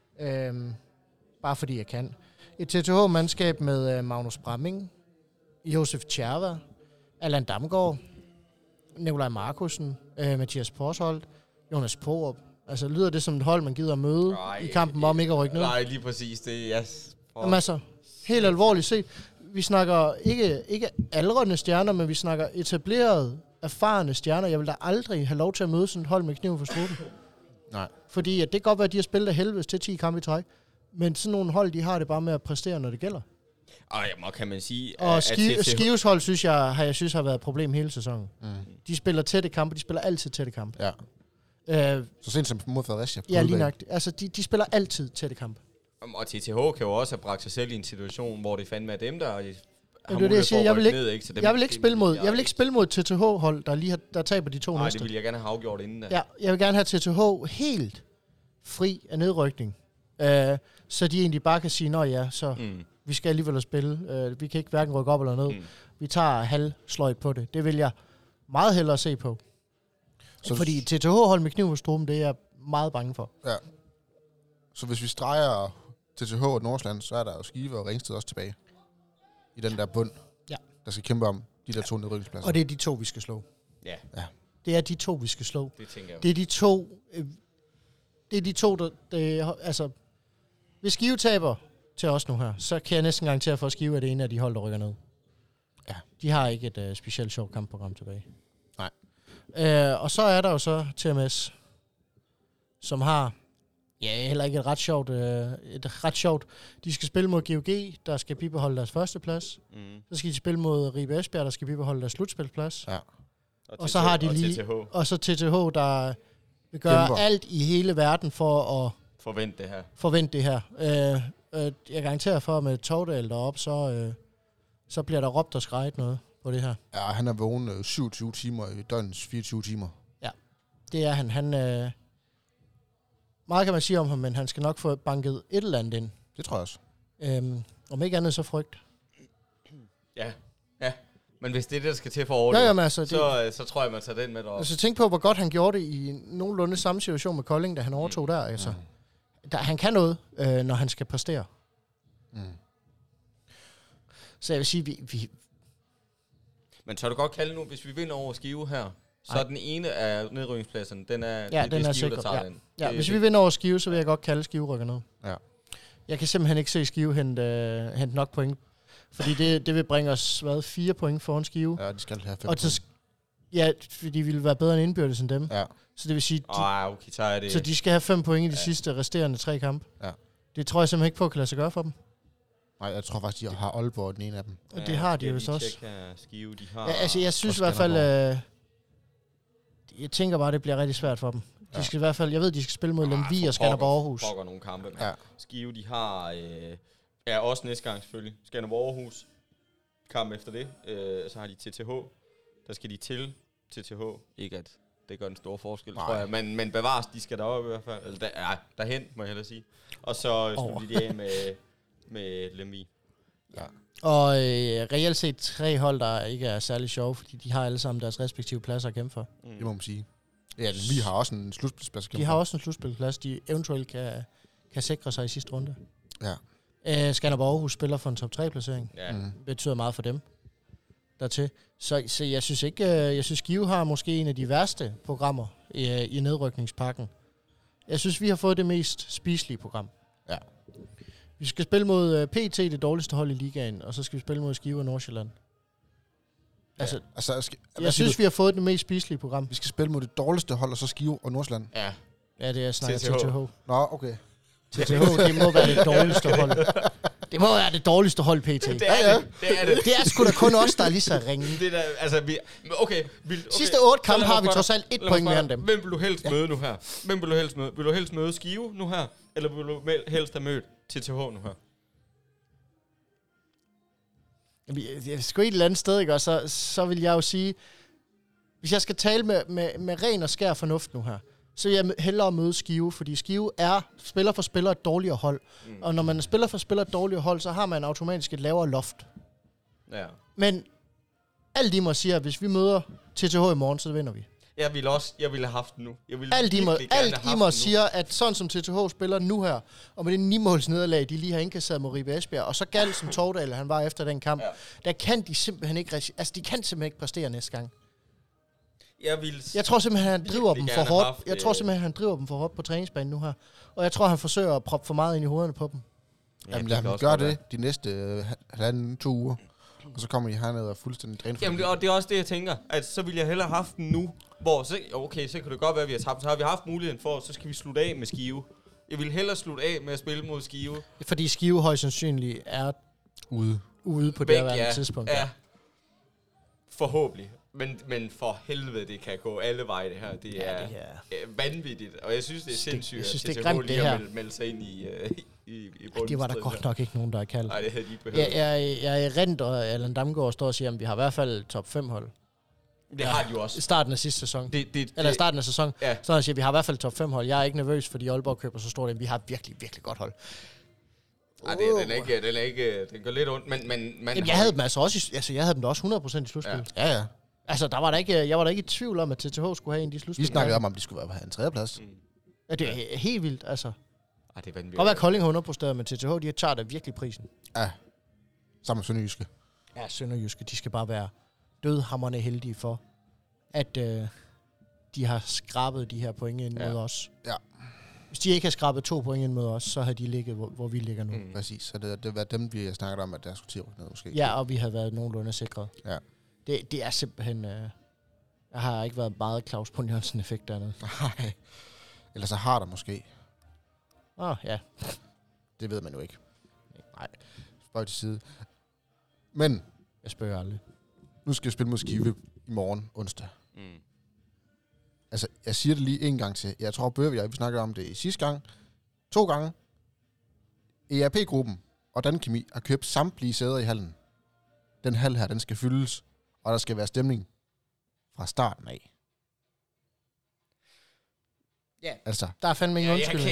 Bare fordi jeg kan. Et TTH-mandskab med Magnus Bramming, Josef Tjerva, Allan Damgaard, Nikolaj Markusen, Mathias Porsholt, Jonas Porup. Altså lyder det som et hold, man gider at møde i kampen om ikke at rykke ned? Nej, lige præcis. Det er Jamen altså, helt alvorligt set. Vi snakker ikke aldrende stjerner, men vi snakker etablerede, erfarne stjerner. Jeg vil da aldrig have lov til at møde sådan et hold med kniven for struben. Nej. Fordi at det kan godt være, at de har spillet af helvedes til 10 kampe i træk. Men sådan nogle hold, de har det bare med at præstere, når det gælder. Og kan man sige... Og Skives hold, synes jeg har været et problem hele sæsonen. Mm. De spiller tætte kampe, de spiller altid tætte kampe. Ja. Så sent som mod Fredericia. Ja, lige nok. Altså, de spiller altid tætte kampe. Og TTH kan jo også have bragt sig selv i en situation, hvor det fandme er dem, der har det, jeg siger. Jeg vil ikke spille mod TTH-hold, der taber de 2 næste. Nej, det vil jeg gerne have afgjort inden da. Ja, jeg vil gerne have TTH helt fri af nedrykning. Så de egentlig bare kan sige, nå ja, så vi skal alligevel spille. Vi kan ikke hverken rykke op eller ned. Vi tager halvsløjt på det. Det vil jeg meget hellere se på. Fordi TTH-hold med kniv på struben, det er jeg meget bange for. Ja. Så hvis vi streger TTH og Nordsjælland, så er der jo Skive og Ringsted også tilbage. I den der bund, der skal kæmpe om de der 2 nedrykningspladser. Og det er de 2, vi skal slå. Ja. Det er de 2, vi skal slå. Det tænker jeg. Det er de to, der altså... Hvis Skive taber til os nu her, så kan jeg næsten garantere for, at Skive er det ene af de hold, der rykker ned. Ja. De har ikke et specielt sjovt kampprogram tilbage. Nej. Og så er der jo så TMS, som har heller ikke et ret sjovt. De skal spille mod GOG, der skal bibeholde deres førsteplads. Så skal de spille mod Ribe Esbjerg, der skal bibeholde deres slutspilsplads. Ja. Og så har de lige TTH. Og så TTH, der vil gøre alt i hele verden for at forvente det her. Jeg garanterer for, at med Togdal deroppe, så bliver der råbt og skreget noget på det her. Ja, han er vågen 27 timer i døgnets 24 timer. Ja, det er han. Meget kan man sige om ham, men han skal nok få banket et eller andet ind. Det tror jeg også. Om ikke andet, så frygt. Ja. Men hvis det er det, der skal til for at overleve, altså, så tror jeg, man tager den med deroppe. Altså tænk på, hvor godt han gjorde det i nogenlunde samme situation med Kolding, da han overtog der. Altså. Han kan noget, når han skal præstere. Så jeg vil sige, vi... Men tør du godt kalde nu, hvis vi vinder over Skive her, så er den ene af nedrykningspladserne, den er Skive, sikker. Der tager den. Ja, hvis vi vinder over Skive, så vil jeg godt kalde Skive rykker ned. Ja. Jeg kan simpelthen ikke se Skive hente nok point. Fordi det vil bringe os, 4 point foran Skive. Ja, de skal have 5 point. Ja, fordi de ville være bedre end indbyrdes end dem. Ja. Så det vil sige, så de skal have 5 point i de sidste resterende 3 kampe. Ja. Det tror jeg simpelthen ikke på, kan lade sig gøre for dem. Nej, jeg tror faktisk, de har Aalborg den ene af dem. Ja, det har de jo så også. Skive, de har... Ja, altså, jeg synes i hvert fald... jeg tænker bare, det bliver rigtig svært for dem. De skal i hvert fald... Jeg ved, de skal spille mod Lemvig og Skanderborg Aarhus. Pokker nogle kampe. Ja. Skive, de har... også næste gang selvfølgelig. Skanderborg Aarhus. Kamp efter det. Så har de TTH. Der skal de til TTH. Ikke at det gør en stor forskel, tror jeg. Men bevares, de skal derop i hvert fald. Eller derhen, må jeg hellere sige. Og så slutter de af med Lemvig. Ja. Og reelt set 3 hold, der ikke er særlig sjove, fordi de har alle sammen deres respektive pladser at kæmpe for. Det må man sige. Ja, vi har også en slutspilsplads at kæmpe De har også en slutspilsplads, de eventuelt kan sikre sig i sidste runde. Ja. Skanderborg Aarhus spiller for en top 3-placering. Ja. Det betyder meget for dem dertil. Så jeg synes ikke, jeg synes Skive har måske en af de værste programmer i nedrykningspakken. Jeg synes, vi har fået det mest spiselige program. Ja. Vi skal spille mod PT, det dårligste hold i ligaen, og så skal vi spille mod Skive og Nordsjælland. Altså, jeg synes, vi har fået det mest spiselige program. Vi skal spille mod det dårligste hold, og så Skive og Nordsjælland. Ja. Ja, det er snakker TTH. Nå, okay. TTH, det må være det dårligste hold. Det må være det dårligste hold, PT. Det er det. Det er sgu da kun os, der er lige så ringe. Det der, altså, okay. Sidste 8 kampe har vi trods alt 1 point mere end dem. Hvem vil du helst møde nu her? Hvem vil du helst møde? Vil du helst møde Skive nu her? Eller vil du helst have mødt TTH nu her? Jeg skal et eller andet sted, ikke? Og så vil jeg jo sige, hvis jeg skal tale med ren og skær fornuft nu her, så vil jeg hellere møde Skive, fordi Skive er spiller for spiller et dårligere hold. Og når man spiller for spiller et dårligere hold, så har man automatisk et lavere loft. Ja. Men alt i mig siger, at hvis vi møder TTH i morgen, så vinder vi. Jeg ville have haft den nu. Alt i mig siger, at sådan som TTH spiller nu her, og med det 9-måls nederlag, de lige har indkasseret mod Ribe Esbjerg, og så galt som Tordal, han var efter den kamp, der kan de simpelthen ikke, de kan simpelthen ikke præstere næste gang. Jeg tror simpelthen, han driver dem for hårdt. Jeg tror simpelthen, han driver dem for hårdt på træningsbanen nu her. Og jeg tror, han forsøger at proppe for meget ind i hovederne på dem. Jamen lad ham gøre det de næste 1,5-2 uger. Og så kommer de herned og fuldstændig drænet. Jamen det er også det, jeg tænker. At så ville jeg hellere have haft den nu. Hvor så kan det godt være, at vi har tabt. Så har vi haft muligheden for, så skal vi slutte af med Skive. Jeg vil hellere slutte af med at spille mod Skive. Fordi Skive højst sandsynligt er ude på det her tidspunkt. Ja. Forhåbentlig. Men for helvede, det kan gå alle veje, det her. Det er vanvittigt. Og jeg synes, det er sindssygt, at TTH lige har meldt sig ind i bunden. Det var der godt nok ikke nogen, der har kaldt. Nej, det havde de ikke behøvet. Jeg er rent, og Allan Damgaard står og siger, at vi har i hvert fald top 5 hold. Det har de jo også. I starten af sidste sæson. Eller starten af sæson. Ja. Så han siger, at vi har i hvert fald top 5 hold. Jeg er ikke nervøs, fordi Aalborg køber så stort. Vi har virkelig, virkelig godt hold. Nej, den går lidt ondt, men jamen, jeg havde dem altså også, jeg havde dem da også 100% i slutspillet. Ja. Altså, jeg var da ikke i tvivl om, at TTH skulle have en af de slutspil. Vi snakkede om de skulle have en 3. plads. Ja, det er helt vildt, altså. Ej, det er vanvittigt. Og hvad Kolding har underposteret med TTH, de tager da virkelig prisen. Ja, sammen med Sønderjyske. Ja, Sønderjyske, de skal bare være dødhamrende heldige for, at de har skrabet de her point ind mod os. Ja. Hvis de ikke har skrabet 2 point ind mod os, så har de ligget, hvor vi ligger nu. Præcis, så det var dem, vi har snakket om, at der skulle til at rykke ned måske. Ja, og vi havde været nogenlunde sikret. Ja. Det er simpelthen... jeg har ikke været meget Claus Pund Jørgensen-effekt dernede. Nej. Eller så har der måske. Ja. Det ved man jo ikke. Nej. Spøj til side. Men... Jeg spørger aldrig. Nu skal jeg spille mod Skive i morgen, onsdag. Altså, jeg siger det lige en gang til. Jeg tror, vi snakkede om det sidste gang. 2 gange. ERP-gruppen og Dankemi har købt samtlige sæder i hallen. Den hal her, den skal fyldes. Og der skal være stemning fra starten af. Ja, altså. Der er fandme ingen undskyldning.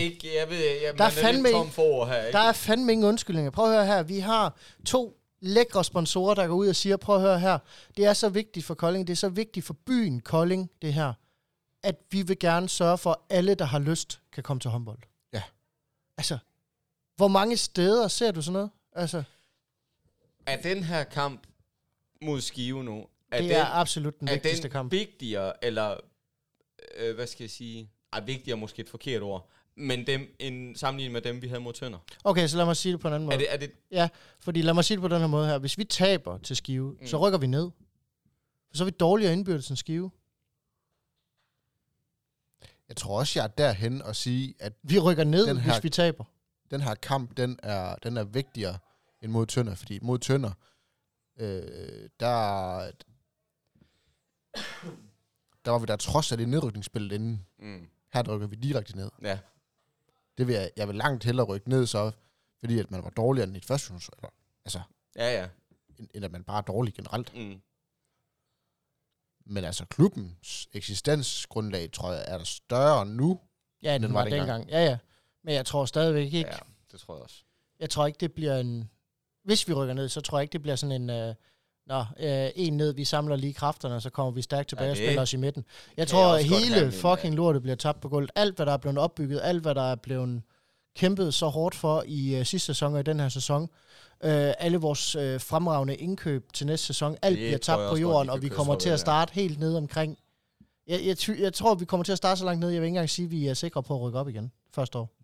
Der er fandme ingen undskyldninger. Prøv at høre her. Vi har 2 lækre sponsorer, der går ud og siger, prøv at høre her. Det er så vigtigt for Kolding. Det er så vigtigt for byen Kolding, det her. At vi vil gerne sørge for, at alle, der har lyst, kan komme til håndbold. Ja. Altså, hvor mange steder ser du sådan noget? Altså. Er den her kamp mod Skive nu, det er absolut den vigtigste kamp. Er den vigtigere, eller hvad skal jeg sige? Vigtigere er måske et forkert ord, men sammenlignet med dem, vi havde mod Tønder. Okay, så lad mig sige det på en anden måde. Er det? Ja, fordi lad mig sige det på den her måde her. Hvis vi taber til Skive, så rykker vi ned. Så er vi dårligere indbyrdes end Skive. Jeg tror også, jeg er derhen og sige, at vi rykker ned, hvis vi taber. Den her kamp, den er vigtigere end mod Tønder, fordi mod Tønder, der var vi der trods af det nedrykningsspil inden. Her rykker vi direkte ned. Ja. Det vil jeg vil langt hellere rykke ned så, fordi at man var dårligere end i et første eller, altså, Ja. end at man bare er dårlig generelt. Mm. Men altså, klubbens eksistensgrundlag, tror jeg, er der større nu. Ja, den var dengang. Ja. Men jeg tror stadigvæk ikke... Ja, det tror jeg også. Jeg tror ikke, det bliver en... Hvis vi rykker ned, så tror jeg ikke, det bliver sådan en... en ned, vi samler lige kræfterne, og så kommer vi stærkt tilbage og spiller os i midten. Jeg tror, hele fucking lortet bliver tabt på gulvet. Alt, hvad der er blevet opbygget, alt, hvad der er blevet kæmpet så hårdt for i sidste sæson og i den her sæson, alle vores fremragende indkøb til næste sæson, alt bliver tabt på jorden, og vi kommer til at starte helt ned omkring. Jeg tror, vi kommer til at starte så langt ned, jeg vil ikke engang sige, at vi er sikre på at rykke op igen første år.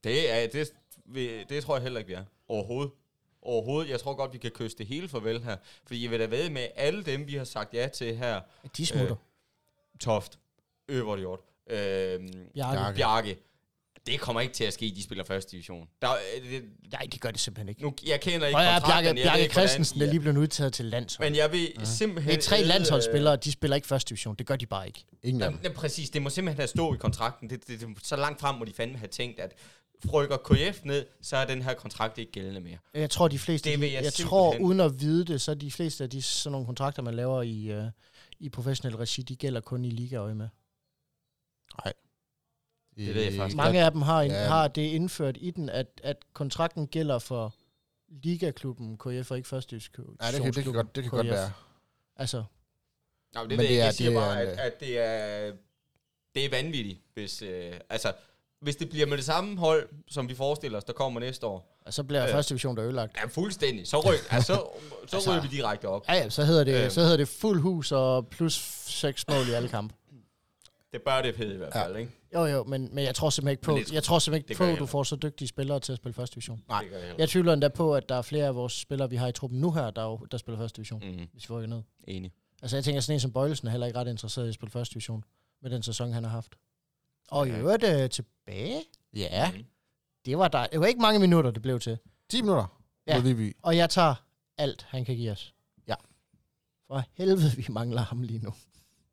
Det tror jeg heller ikke, vi er. Overhovedet. Jeg tror godt, vi kan kysse det hele farvel her. Fordi jeg vil da ved med alle dem, vi har sagt ja til her. De smutter. Toft. Øverjord. Bjarke. Det kommer ikke til at ske, de spiller første division. Nej, de gør det simpelthen ikke. Nu, jeg kender ikke kontrakten. Bjarke Christensen er lige blevet udtaget til landshold. Men jeg vil simpelthen... Det er 3 landsholdsspillere, de spiller ikke første division. Det gør de bare ikke. Ingen af dem. Præcis, det må simpelthen have stået i kontrakten. Det, så langt frem må de fandme have tænkt, at rykker KF ned, så er den her kontrakt ikke gældende mere. Jeg tror, de fleste... Jeg tror, uden at vide det, så de fleste af de sådan nogle kontrakter, man laver i professionel regi, de gælder kun i ligaøje med. Nej. Det ved jeg faktisk. Mange af dem har det indført i den, at kontrakten gælder for ligaklubben KF og ikke første divisionsklubben. Nej, det kan godt være. Altså. Nej, det ved jeg ikke. Jeg siger bare, at det er vanvittigt, hvis det bliver med det samme hold, som vi forestiller os, der kommer næste år. Og så bliver første division der ødelagt. Ja, fuldstændig. Så ryger vi direkte op. Ja, så hedder det fuld hus og plus 6 mål i alle kampe. Det bør det hedde i hvert fald, ikke? Jo, men jeg tror simpelthen ikke på, at du får så dygtige spillere til at spille første division. Nej. Jeg tvivler endda på, at der er flere af vores spillere, vi har i truppen nu her, der spiller første division, hvis vi rykker ned. Enig. Altså jeg tænker, sådan en som Bøjlesen er heller ikke ret interesseret i at spille første division med den sæson, han har haft. Og i øvrigt tilbage. Ja. Det var ikke mange minutter, det blev til. 10 minutter. Ja. Og jeg tager alt, han kan give os. Ja. For helvede, vi mangler ham lige nu.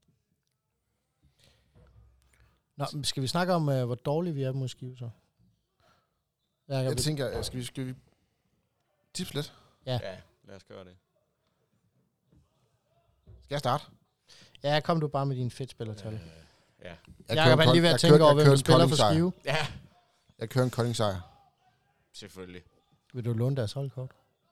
Nå, skal vi snakke om, hvor dårlige vi er mod Skive så? Jeg tænker, skal vi tipse lidt? Ja, lad os gøre det. Skal jeg starte? Ja, kom du bare med dine fedtspillertal. Ja. Jeg kan lige ved at tænke over, hvem du spiller for Skive. Ja. Jeg kører en Kolding-sejr. Selvfølgelig. Vil du låne deres holdkort?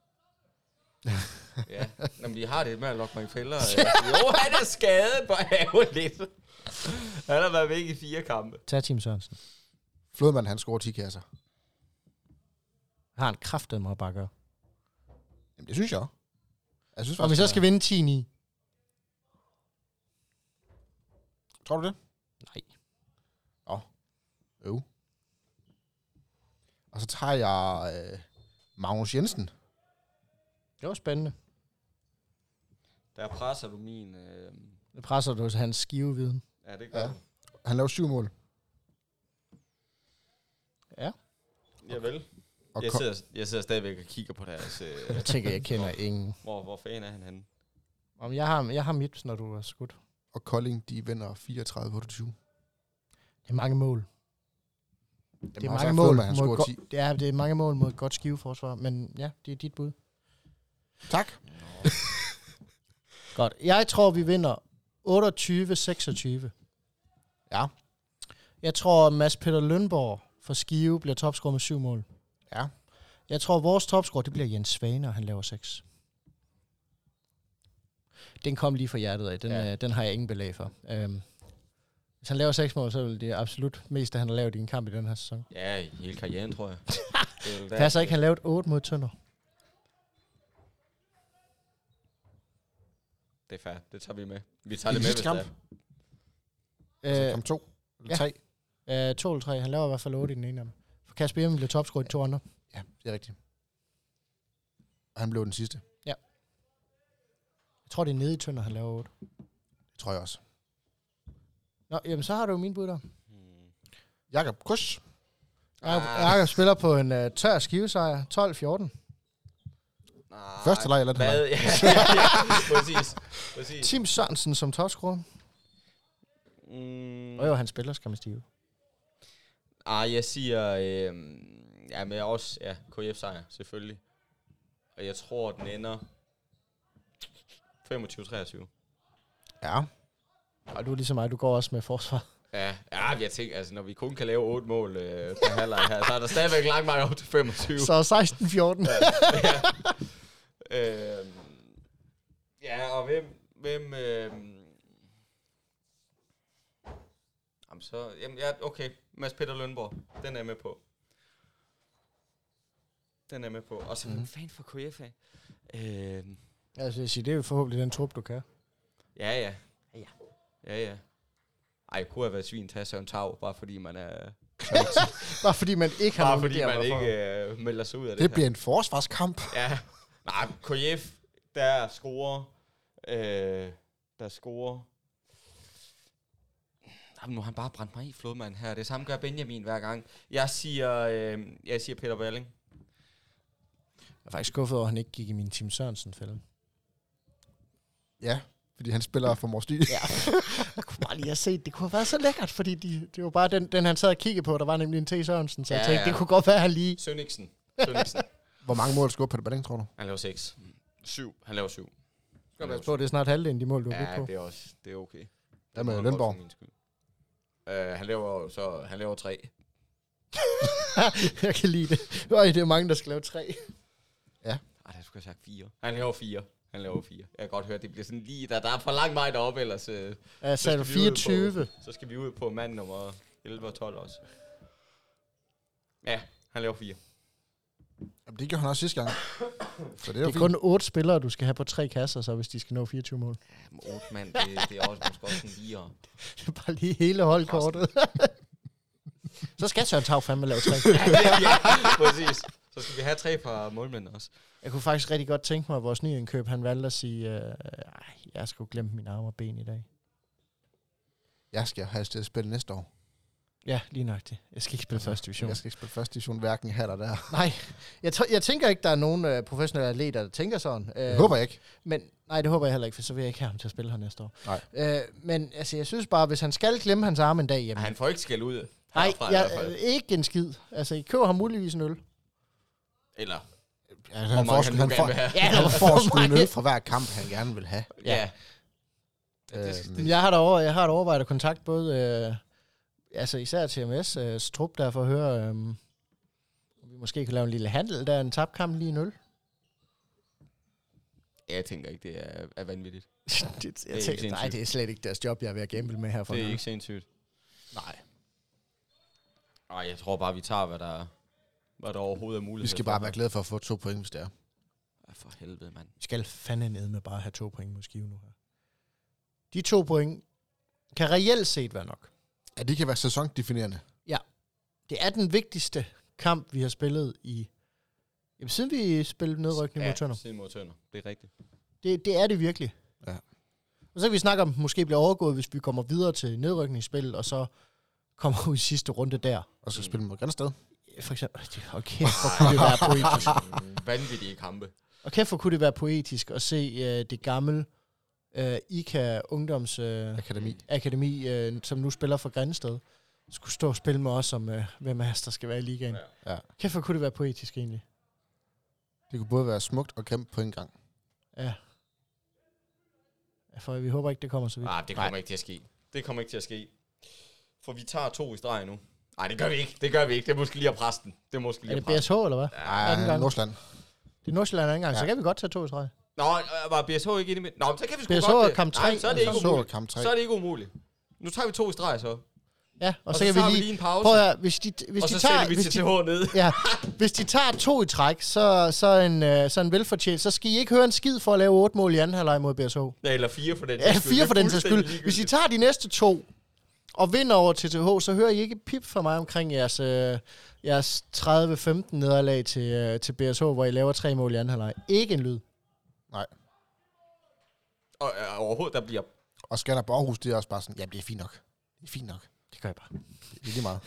Ja, men vi har det med at lokke mig i fælder. Jo, han er skadet på ærgerligt. Han har været væk i 4 kampe. Tag Tim Sørensen. Flodmand, han scorer 10 kasser. Har han kraftet mig at bare gøre? Jamen, det synes jeg. Og vi så skal vinde 10-9. Tror du det? Nej. Jo. Og så tager jeg Magnus Jensen. Det var spændende. Der presser du min... Det presser du til hans skiveviden. Ja, det gør du. Han laver 7 mål. Ja. Javel. Jeg sidder stadigvæk og kigger på deres... Jeg tænker, jeg kender ingen. Hvor fanden er han henne? Jeg har mit, når du er skudt. Og Kolding, de vinder 34-28. Det er mange mål. Det er mange mål mod det er mange mål mod et godt Skiveforsvar, men ja, det er dit bud. Tak. Godt. Jeg tror, vi vinder 28-26. Ja. Jeg tror, Mads Peter Lønborg for Skive bliver topscorer med 7 mål. Ja. Jeg tror, vores topscorer, det bliver Jens Svane, og han laver 6. Den kom lige fra hjertet af. Den har jeg ingen belæg for. Hvis han laver 6 mål, så er det absolut mest, han har lavet i en kamp i den her sæson. Ja, i hele karrieren, tror jeg. Passer ikke, han lavede 8 mod Tønder. Det er fair. Det tager vi med. Vi tager det med, hvis det er. Kamp 2 eller 3? 2 eller 3. Han laver i hvert fald 8 i den ene af dem. For Kasper Hjelm blev topscorer i 2 andre. Ja, det er rigtigt. Og han blev den sidste. Ja. Jeg tror, det er nede i Tønder, han laver 8. Det tror jeg også. Nå, jamen så har du jo min bud der. Jakob Kusch. Jakob spiller på en tør Skivesejr, 12-14. Første leg eller det Hvad? leg? Ja, præcis. Tim Sørensen som topscorer. Og jo, han spiller, skal man stive. Jeg siger... ja, men også... Ja, KF-sejr, selvfølgelig. Og jeg tror, den ender... 25-23. Ja. Og du er ligesom mig, du går også med forsvar. Ja, jeg tænker, altså, når vi kun kan lave 8 mål per halvleg her, så er der stadigvæk langt meget op til 25. Så 16-14. Ja, og hvem jamen, ja, okay. Mads Peter Lønborg, den er jeg med på. Og så en fan for KF af. Altså, jeg siger, det er jo forhåbentlig den trup, du kan. Ja. Ej, kunne have været svin til Søren Tav, bare fordi man er... Bare fordi man ikke har bare nogen fordi idéer, man hvorfor. ikke melder sig ud af det Det her. bliver en forsvarskamp. Ja. Nej, KF, der scorer... Jamen, nu har han bare brændt mig i, Flodmand her. Det samme gør Benjamin hver gang. Jeg siger Peter Balling. Jeg er faktisk skuffet over, at han ikke gik i min Tim Sørensen-fælde. Ja, fordi han spiller for Mors Dy. Ja, jeg kunne bare lige have set, det kunne have været så lækkert, fordi det var bare den han sad og kiggede på, der var nemlig en T. Sørensen, så jeg tænkte, det kunne godt være, han lige... Sønniksen. Hvor mange mål scorer Peter Balling, tror du? Han laver 6. 7. Han laver 7. Skal passe på, det er snart halvdelen, de mål, du har på. Ja, det er okay. Hvad med Lønborg? Han laver 3. Jeg kan lide det. Øj, det er mange, der skal lave 3. Ja. Ej, det skulle jeg have sagt 4. Han laver 4. Jeg kan godt høre, det bliver sådan lige... Der er for lang vej deroppe, ellers... Jeg sagde 24. Så skal vi ud på mand nummer 11 og 12 også. Ja, han laver 4. Jamen, det gjorde han også sidste gang. Så det er, Det er kun 8 spillere, du skal have på 3 kasser, så hvis de skal nå 24 mål. Ja, 8 mand, det er også måske også sådan lige... Det er bare lige hele holdkortet. Så skal Søren Tav fandme lave 3. Ja, præcis. Så skal vi have 3 fra målmændene også. Jeg kunne faktisk rigtig godt tænke mig, at vores nye indkøb, han valgte at sige, jeg skulle glemme mine arme og ben i dag. Jeg skal have et spil næste år. Ja, lige nok det. Jeg skal ikke spille første division. Jeg skal ikke spille første division, hverken her eller der. Nej, jeg tænker ikke, der er nogen professionelle atleter, der tænker sådan. Det håber jeg ikke. Men, nej, det håber jeg heller ikke, for så vil jeg ikke have ham til at spille her næste år. Nej. Men altså, jeg synes bare, hvis han skal glemme hans arme en dag, jamen... Han får ikke skæld ud. Nej, herfra, ikke en skid. Altså, I køber ham muligvis en øl. Eller... Ja, han får sgu en øl fra hver kamp, han gerne vil have. Ja. Jeg har da overvejet at kontakte både... altså især TMS' trup der for at høre, om vi måske kan lave en lille handel, der er en tabkamp lige 0. Jeg tænker ikke, det er vanvittigt. Jeg tænker, nej, det er slet ikke deres job, jeg er ved at gamble med her for. Det er ikke sindssygt. Nej. Nej, jeg tror bare, vi tager, hvad der overhovedet er muligt. Vi skal bare være glade for at få 2 point, hvis det er. Ja, for helvede, mand. Vi skal fandme ned med bare at have 2 point mod Skive nu her. De 2 point kan reelt set være nok. Ja, de kan være sæsondefinerende. Ja. Det er den vigtigste kamp, vi har spillet i... Jamen, siden vi spillede nedrykning mod Tønder. Ja, siden mod Tønder. Det er rigtigt. Det er det virkelig. Ja. Og så kan vi snakke om, at måske bliver overgået, hvis vi kommer videre til nedrykningsspillet, og så kommer ud i sidste runde der. Og så spille mod Grænsted. For eksempel, okay, hvor kunne det være poetisk. Vanvittige kampe. Og kæft, hvor kunne det være poetisk at se det gamle ICA Ungdoms Akademi, som nu spiller for Grænsted, skulle stå og spille med os om, hvem af os, der skal være i ligaen. Ja. Kæft, hvor kunne det være poetisk egentlig. Det kunne både være smukt og grimt på en gang. Ja. For vi håber ikke, det kommer så vidt. Det kommer ikke til at ske. Det kommer ikke til at ske. For vi tager 2 i streg nu. Nej, det gør vi ikke. Det er måske lige at presse den. Det er måske lige er det BSH, eller hvad? Ja, Nordsjælland. Det er Nordsjælland anden gang, så kan vi godt tage 2 i streg. Nå, var BSH ikke inde i midten? Nå, så kan vi sgu BSH godt... kamp 3. Nej, så er det ikke umuligt. Så er det ikke umuligt. Nu tager vi 2 i streg, så. Ja, og så kan vi lige en pause. Prøv at, hvis de og så tager, sætter vi TTH ned. Ja, hvis de tager 2 i træk, så en velfortjent, så skal I ikke høre en skid for at lave 8 mål i anden halvleg mod BSH. Ja, eller 4 for den. Ja, 4 for den til skyld. Hvis I tager de næste 2 og vinder over TTH, så hører I ikke pip fra mig omkring jeres 30-15 nederlag til BSH, hvor I laver 3 mål i anden halvleg. Ikke en lyd. Nej. Og overhovedet, der bliver... Og Skander på Aarhus, det er også bare sådan, ja, det er fint nok. Det er fint nok. Det gør jeg bare. Det er lige meget.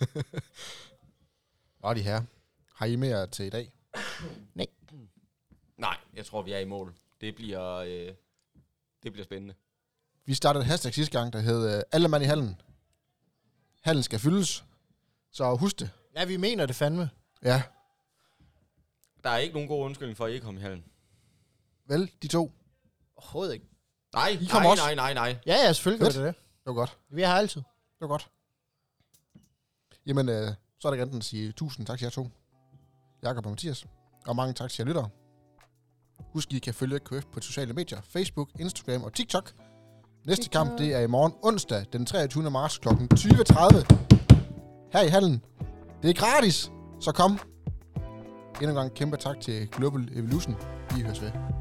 Og de her. Har I mere til i dag? Nej. Nej, jeg tror, vi er i mål. Det bliver spændende. Vi startede et hashtag sidste gang, der hed alle mand i hallen. Hallen skal fyldes. Så husk det. Ja, vi mener det fandme. Ja, Der er ikke nogen god undskyldning for, at I ikke kom i hallen. vel, de to. Overhovedet ikke. Nej, I kommer også. nej. Ja, selvfølgelig gør det det. Det var godt. Vi er her altid. Det var godt. Jamen, så er der ikke at sige tusind tak til jer to. Jakob og Mathias. Og mange tak til jer lyttere. Husk, I kan følge KF på sociale medier. Facebook, Instagram og TikTok. Næste kamp, det er i morgen onsdag, den 23. marts kl. 20.30. Her i hallen. Det er gratis, så kom. Endnu en gang kæmpe tak til Global Evolution. Vi høres ved.